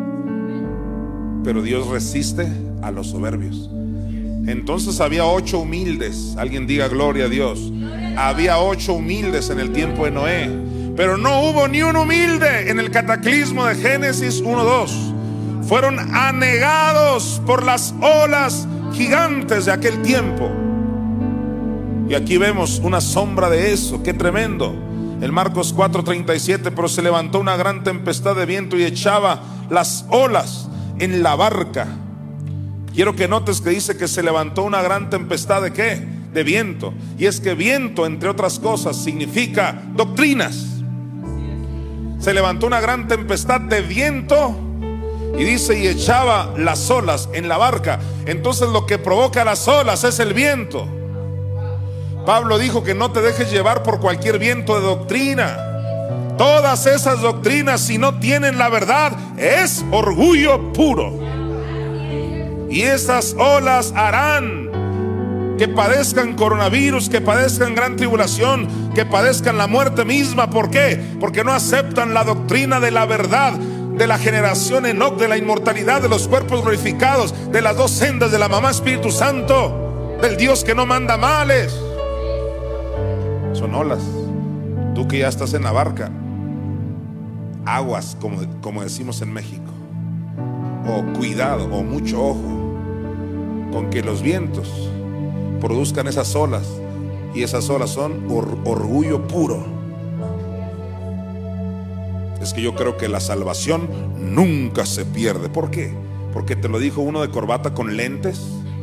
pero Dios resiste a los soberbios. Entonces había 8 humildes. Alguien diga gloria a Dios. Había 8 humildes en el tiempo de Noé, pero no hubo ni un humilde en el cataclismo de Génesis 1:2. Fueron anegados por las olas gigantes de aquel tiempo. Y aquí vemos una sombra de eso. Qué tremendo. En Marcos 4:37, pero se levantó una gran tempestad de viento y echaba las olas en la barca. Quiero que notes que dice que se levantó una gran tempestad ¿de qué? De viento. Y es que viento, entre otras cosas, significa doctrinas. Se levantó una gran tempestad de viento y dice, y echaba las olas en la barca. Entonces lo que provoca las olas es el viento. Pablo dijo que no te dejes llevar por cualquier viento de doctrina. Todas esas doctrinas, si no tienen la verdad, es orgullo puro. Y esas olas harán que padezcan coronavirus, que padezcan gran tribulación, que padezcan la muerte misma. ¿Por qué? Porque no aceptan la doctrina de la verdad, de la generación Enoc, de la inmortalidad, de los cuerpos glorificados, de las 2 sendas de la mamá Espíritu Santo, del Dios que no manda males. Son olas. Tú que ya estás en la barca, aguas, como decimos en México, o cuidado, o mucho ojo con que los vientos produzcan esas olas. Y esas olas son orgullo puro. Es que yo creo que la salvación nunca se pierde. ¿Por qué? Porque te lo dijo uno de corbata con lentes.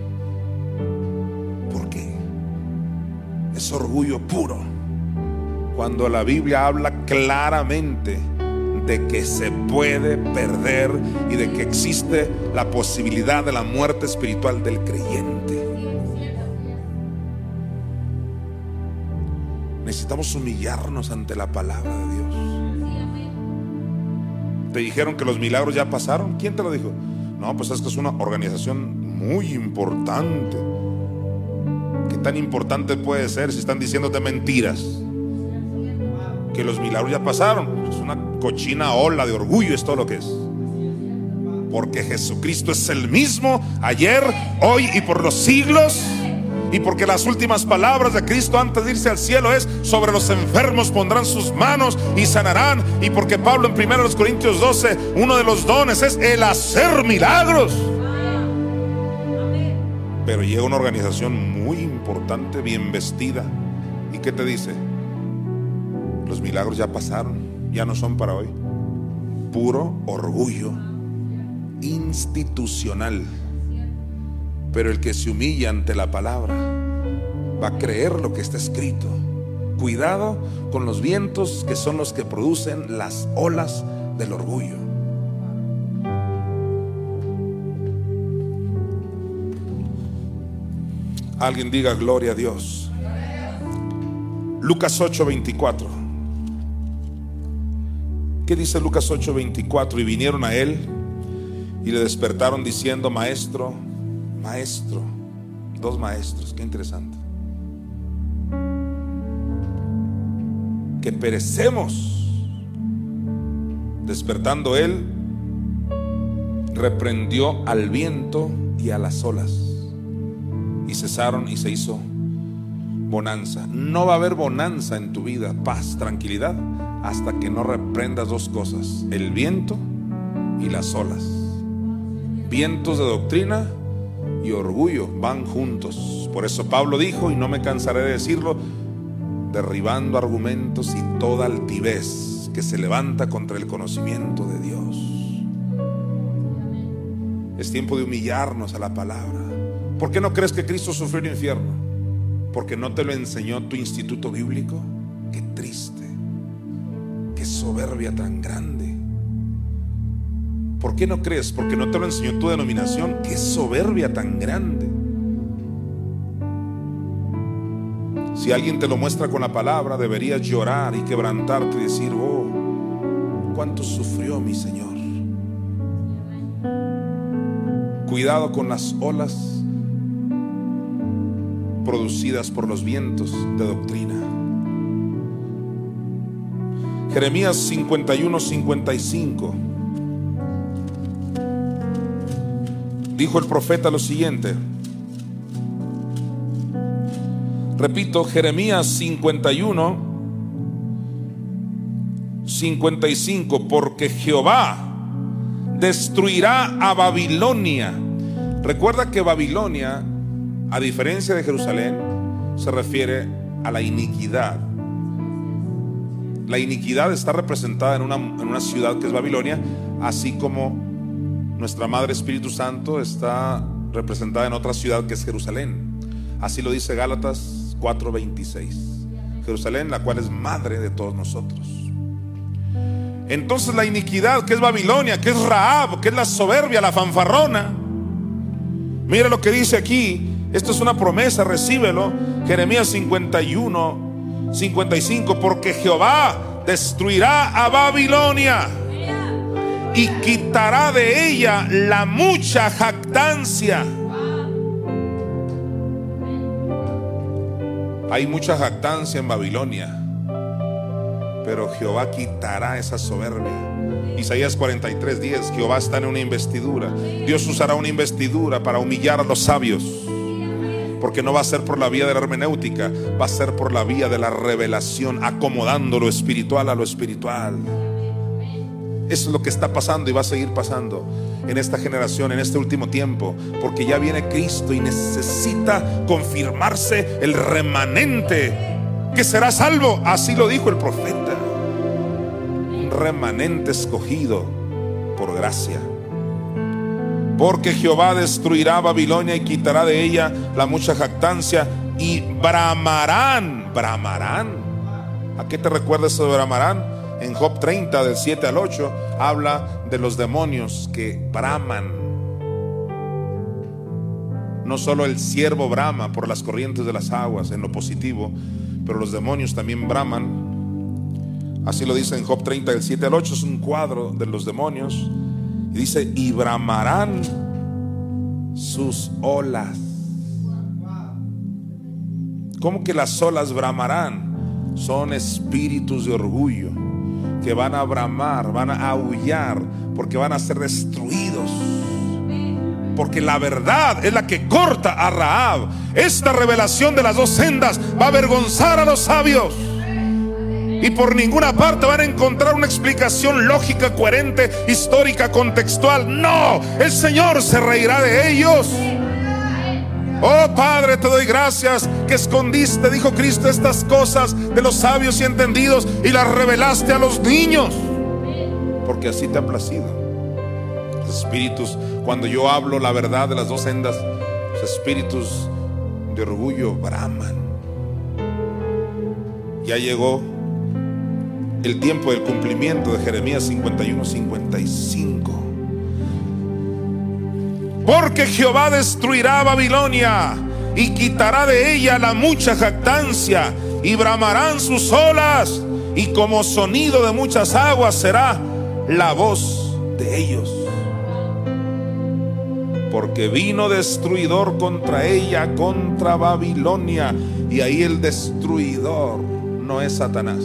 ¿Por qué? Es orgullo puro, cuando la Biblia habla claramente de que se puede perder y de que existe la posibilidad de la muerte espiritual del creyente. Necesitamos humillarnos ante la palabra de Dios. ¿Te dijeron que los milagros ya pasaron? ¿Quién te lo dijo? No, pues es que es una organización muy importante. ¿Qué tan importante puede ser si están diciéndote mentiras? Que los milagros ya pasaron. Es una cochina ola de orgullo, es todo lo que es. Porque Jesucristo es el mismo ayer, hoy y por los siglos. Y porque las últimas palabras de Cristo antes de irse al cielo es: sobre los enfermos pondrán sus manos y sanarán. Y porque Pablo en 1 Corintios 12, uno de los dones es el hacer milagros. Pero llega una organización muy importante, bien vestida, ¿y qué te dice? Los milagros ya pasaron, ya no son para hoy. Puro orgullo institucional. Pero el que se humilla ante la palabra va a creer lo que está escrito. Cuidado con los vientos que son los que producen las olas del orgullo. Alguien diga gloria a Dios. Lucas 8:24. ¿Qué dice Lucas 8:24? Y vinieron a él y le despertaron diciendo: Maestro, maestro. Dos maestros, qué interesante. Que perecemos. Despertando él, reprendió al viento y a las olas, y cesaron y se hizo bonanza. No va a haber bonanza en tu vida, paz, tranquilidad, hasta que no reprendas dos cosas: el viento y las olas. Vientos de doctrina y orgullo van juntos. Por eso Pablo dijo, y no me cansaré de decirlo: derribando argumentos y toda altivez que se levanta contra el conocimiento de Dios. Es tiempo de humillarnos a la palabra. ¿Por qué no crees que Cristo sufrió el infierno? ¿Porque no te lo enseñó tu instituto bíblico? Qué triste, qué soberbia tan grande. ¿Por qué no crees? Porque no te lo enseñó tu denominación. Qué soberbia tan grande. Si alguien te lo muestra con la palabra, deberías llorar y quebrantarte y decir: oh, cuánto sufrió mi Señor. Cuidado con las olas producidas por los vientos de doctrina. Jeremías 51:55. Dijo el profeta lo siguiente. Repito, Jeremías 51:55. Porque Jehová destruirá a Babilonia. Recuerda que Babilonia, a diferencia de Jerusalén, se refiere a la iniquidad. La iniquidad está representada en una ciudad que es Babilonia, así como nuestra Madre Espíritu Santo está representada en otra ciudad que es Jerusalén. Así lo dice Gálatas 4:26. Jerusalén, la cual es madre de todos nosotros. Entonces la iniquidad, que es Babilonia, que es Rahab, que es la soberbia, la fanfarrona. Mira lo que dice aquí. Esto es una promesa, recíbelo. Jeremías 51:55. Porque Jehová destruirá a Babilonia y quitará de ella la mucha jactancia. Hay mucha jactancia en Babilonia, pero Jehová quitará esa soberbia. Isaías 43:10. Jehová está en una investidura. Dios usará una investidura para humillar a los sabios, porque no va a ser por la vía de la hermenéutica, va a ser por la vía de la revelación, acomodando lo espiritual a lo espiritual. Eso es lo que está pasando y va a seguir pasando en esta generación, en este último tiempo, porque ya viene Cristo y necesita confirmarse el remanente que será salvo. Así lo dijo el profeta. Un remanente escogido por gracia. Porque Jehová destruirá Babilonia y quitará de ella la mucha jactancia, y bramarán. ¿Bramarán? ¿A qué te recuerda eso de bramarán? En Job 30, del 7 al 8, habla de los demonios que braman. No solo el siervo brama por las corrientes de las aguas en lo positivo, pero los demonios también braman. Así lo dice en Job 30, del 7 al 8. Es un cuadro de los demonios. Y dice: y bramarán sus olas. ¿Cómo que las olas bramarán? Son espíritus de orgullo que van a bramar, van a aullar, porque van a ser destruidos. Porque la verdad es la que corta a Rahab. Esta revelación de las dos sendas va a avergonzar a los sabios, y por ninguna parte van a encontrar una explicación lógica, coherente, histórica, contextual. No, el Señor se reirá de ellos. Oh Padre, te doy gracias que escondiste, dijo Cristo, estas cosas de los sabios y entendidos y las revelaste a los niños, porque así te ha placido. Los espíritus, cuando yo hablo la verdad de las dos sendas, los espíritus de orgullo braman. Ya llegó el tiempo del cumplimiento de Jeremías 51:55. Porque Jehová destruirá a Babilonia y quitará de ella la mucha jactancia, y bramarán sus olas, y como sonido de muchas aguas será la voz de ellos. Porque vino destruidor contra ella, contra Babilonia. Y ahí el destruidor no es Satanás.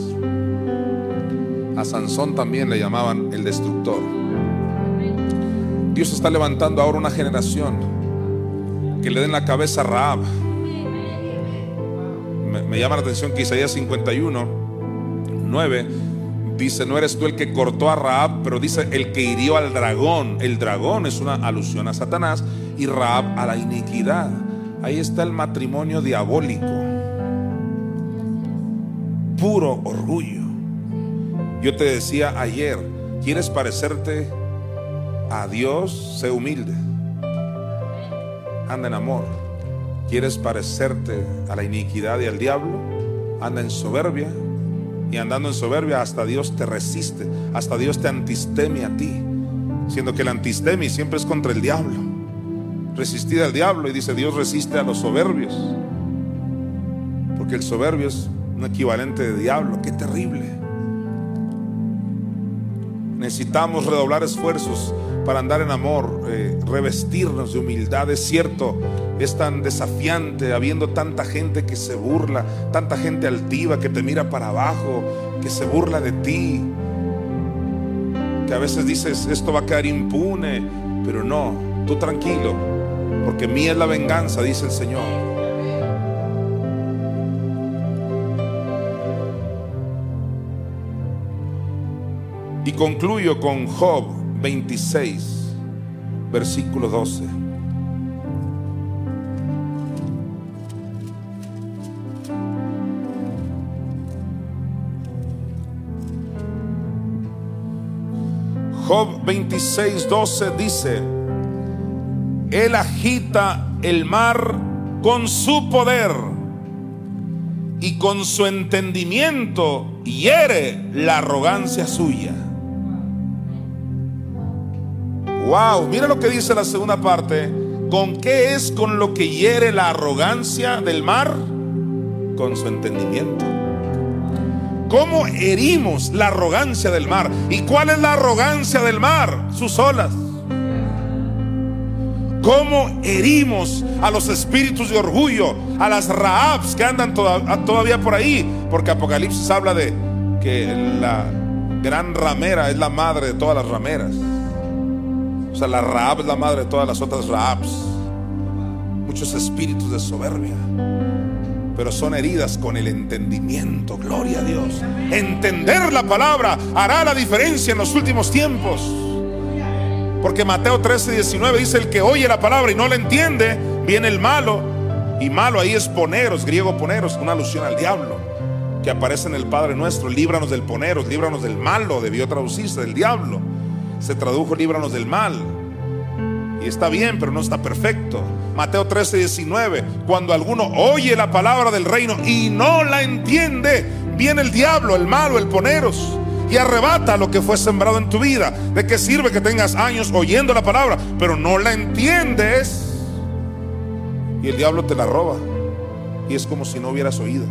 A Sansón también le llamaban el destructor. Dios está levantando ahora una generación que le den la cabeza a Rahab. Me llama la atención que Isaías 51:9 dice: no eres tú el que cortó a Rahab, pero dice el que hirió al dragón. El dragón es una alusión a Satanás y Rahab a la iniquidad. Ahí está el matrimonio diabólico, puro orgullo. Yo te decía ayer, ¿quieres parecerte a Dios? Sé humilde, anda en amor. ¿Quieres parecerte a la iniquidad y al diablo? Anda en soberbia. Y andando en soberbia, hasta Dios te resiste, hasta Dios te antistemia a ti, siendo que el antistemia siempre es contra el diablo. Resistir al diablo, y dice Dios resiste a los soberbios, porque el soberbio es un equivalente de diablo. ¡Qué terrible! Necesitamos redoblar esfuerzos para andar en amor, revestirnos de humildad. Es cierto, es tan desafiante habiendo tanta gente que se burla, tanta gente altiva que te mira para abajo, que se burla de ti, que a veces dices esto va a quedar impune, pero no, tú tranquilo, porque mía es la venganza, dice el Señor. Y concluyo con Job 26, versículo 12. Job 26:12 dice: Él agita el mar con su poder, y con su entendimiento hiere la arrogancia suya. Wow, mira lo que dice la segunda parte. ¿Con qué es con lo que hiere la arrogancia del mar? Con su entendimiento. ¿Cómo herimos la arrogancia del mar? ¿Y cuál es la arrogancia del mar? Sus olas. ¿Cómo herimos a los espíritus de orgullo, a las Rahabs que andan todavía por ahí? Porque Apocalipsis habla de que la gran ramera es la madre de todas las rameras. O sea, la Rahab es la madre de todas las otras Rahabs. Muchos espíritus de soberbia, pero son heridas con el entendimiento. Gloria a Dios. Entender la palabra hará la diferencia en los últimos tiempos. Porque Mateo 13:19 dice: el que oye la palabra y no la entiende, viene el malo. Y malo ahí es poneros, griego poneros, una alusión al diablo, que aparece en el Padre Nuestro. Líbranos del poneros, líbranos del malo. Debió traducirse del diablo. Se tradujo líbranos del mal. Y está bien, pero no está perfecto. Mateo 13:19: cuando alguno oye la palabra del reino y no la entiende, viene el diablo, el malo, el poneros, y arrebata lo que fue sembrado en tu vida. ¿De qué sirve que tengas años oyendo la palabra, pero no la entiendes? Y el diablo te la roba, y es como si no hubieras oído.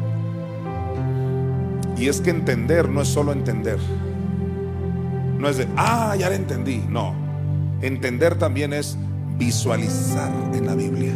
Y es que entender no es solo entender. No es de, ya la entendí. No, entender también es visualizar en la Biblia.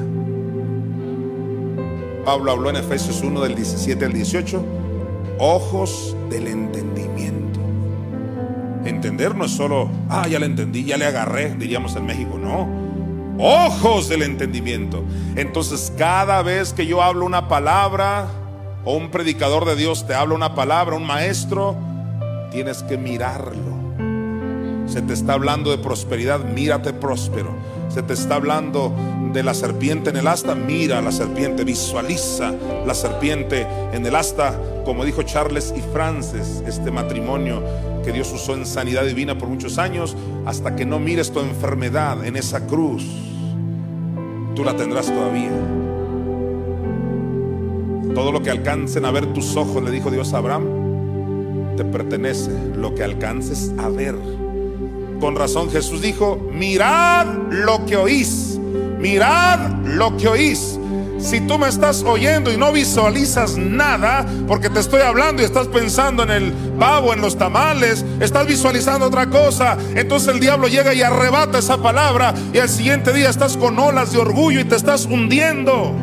Pablo habló en Efesios 1 del 17 al 18: ojos del entendimiento. Entender no es solo, ya la entendí, ya le agarré, diríamos en México. No, ojos del entendimiento. Entonces cada vez que yo hablo una palabra, o un predicador de Dios te habla una palabra, un maestro, tienes que mirarlo. Se te está hablando de prosperidad, mírate próspero. Se te está hablando de la serpiente en el asta, mira la serpiente, visualiza la serpiente en el asta. Como dijo Charles y Frances, este matrimonio que Dios usó en sanidad divina por muchos años: hasta que no mires tu enfermedad en esa cruz, tú la tendrás todavía. Todo lo que alcancen a ver tus ojos, le dijo Dios a Abraham, te pertenece, lo que alcances a ver. Con razón Jesús dijo, mirad lo que oís, mirad lo que oís. Si tú me estás oyendo y no visualizas nada, porque te estoy hablando y estás pensando en el pavo, en los tamales, estás visualizando otra cosa, entonces el diablo llega y arrebata esa palabra, y al siguiente día estás con olas de orgullo y te estás hundiendo.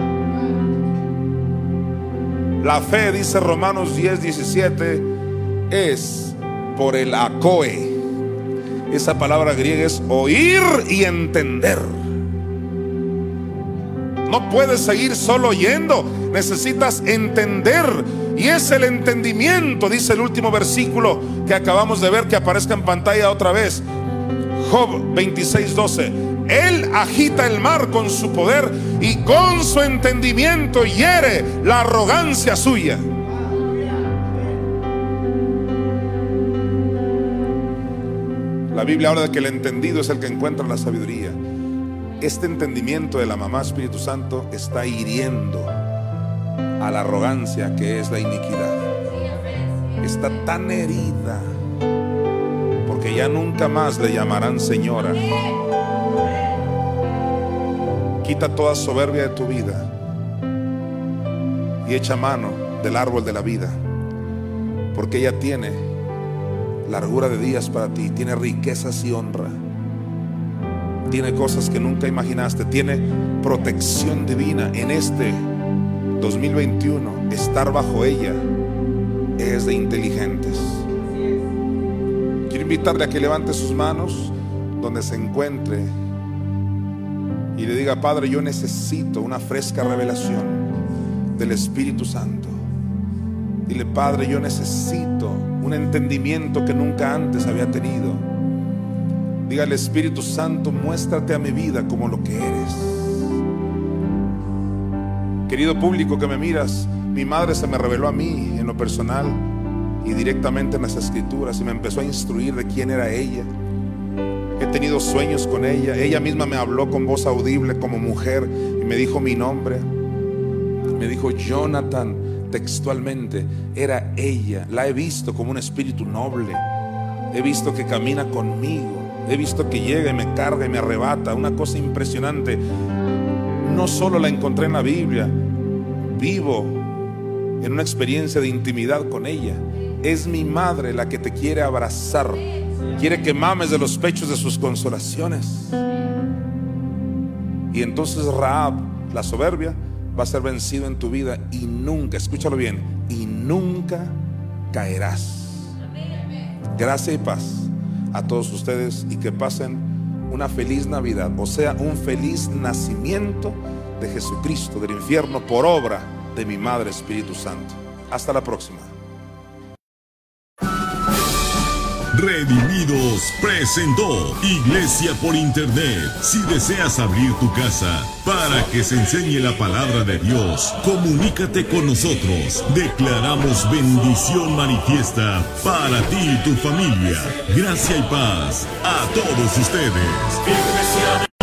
La fe, dice Romanos 10:17, es por el acoe. Esa palabra griega es oír y entender. No puedes seguir solo oyendo, necesitas entender. Y es el entendimiento, dice el último versículo que acabamos de ver, que aparezca en pantalla otra vez. Job 26:12. Él agita el mar con su poder y con su entendimiento hiere la arrogancia suya. La Biblia habla de que el entendido es el que encuentra la sabiduría. Este entendimiento de la mamá Espíritu Santo está hiriendo a la arrogancia que es la iniquidad. Está tan herida porque ya nunca más le llamarán señora. Quita toda soberbia de tu vida y echa mano del árbol de la vida, porque ella tiene largura de días para ti, tiene riquezas y honra, tiene cosas que nunca imaginaste, tiene protección divina. En este 2021 estar bajo ella es de inteligentes. Quiero invitarle a que levante sus manos donde se encuentre y le diga: Padre, yo necesito una fresca revelación del Espíritu Santo. Dile: Padre, yo necesito un entendimiento que nunca antes había tenido. Dígale: Espíritu Santo, muéstrate a mi vida como lo que eres. Querido público que me miras, mi madre se me reveló a mí en lo personal y directamente en las Escrituras, y me empezó a instruir de quién era ella. He tenido sueños con ella. Ella misma me habló con voz audible como mujer y me dijo mi nombre. Me dijo Jonathan, textualmente. Era ella. La he visto como un espíritu noble. He visto que camina conmigo. He visto que llega y me carga y me arrebata. Una cosa impresionante. No solo la encontré en la Biblia, vivo en una experiencia de intimidad con ella. Es mi madre la que te quiere abrazar. Quiere que mames de los pechos de sus consolaciones. Y entonces Rahab, la soberbia, va a ser vencido en tu vida y nunca, escúchalo bien, y nunca caerás. Gracia y paz a todos ustedes y que pasen una feliz Navidad, o sea, un feliz nacimiento de Jesucristo del infierno por obra de mi Madre Espíritu Santo. Hasta la próxima. Redimidos presentó Iglesia por Internet. Si deseas abrir tu casa para que se enseñe la palabra de Dios, comunícate con nosotros. Declaramos bendición manifiesta para ti y tu familia. Gracia y paz a todos ustedes.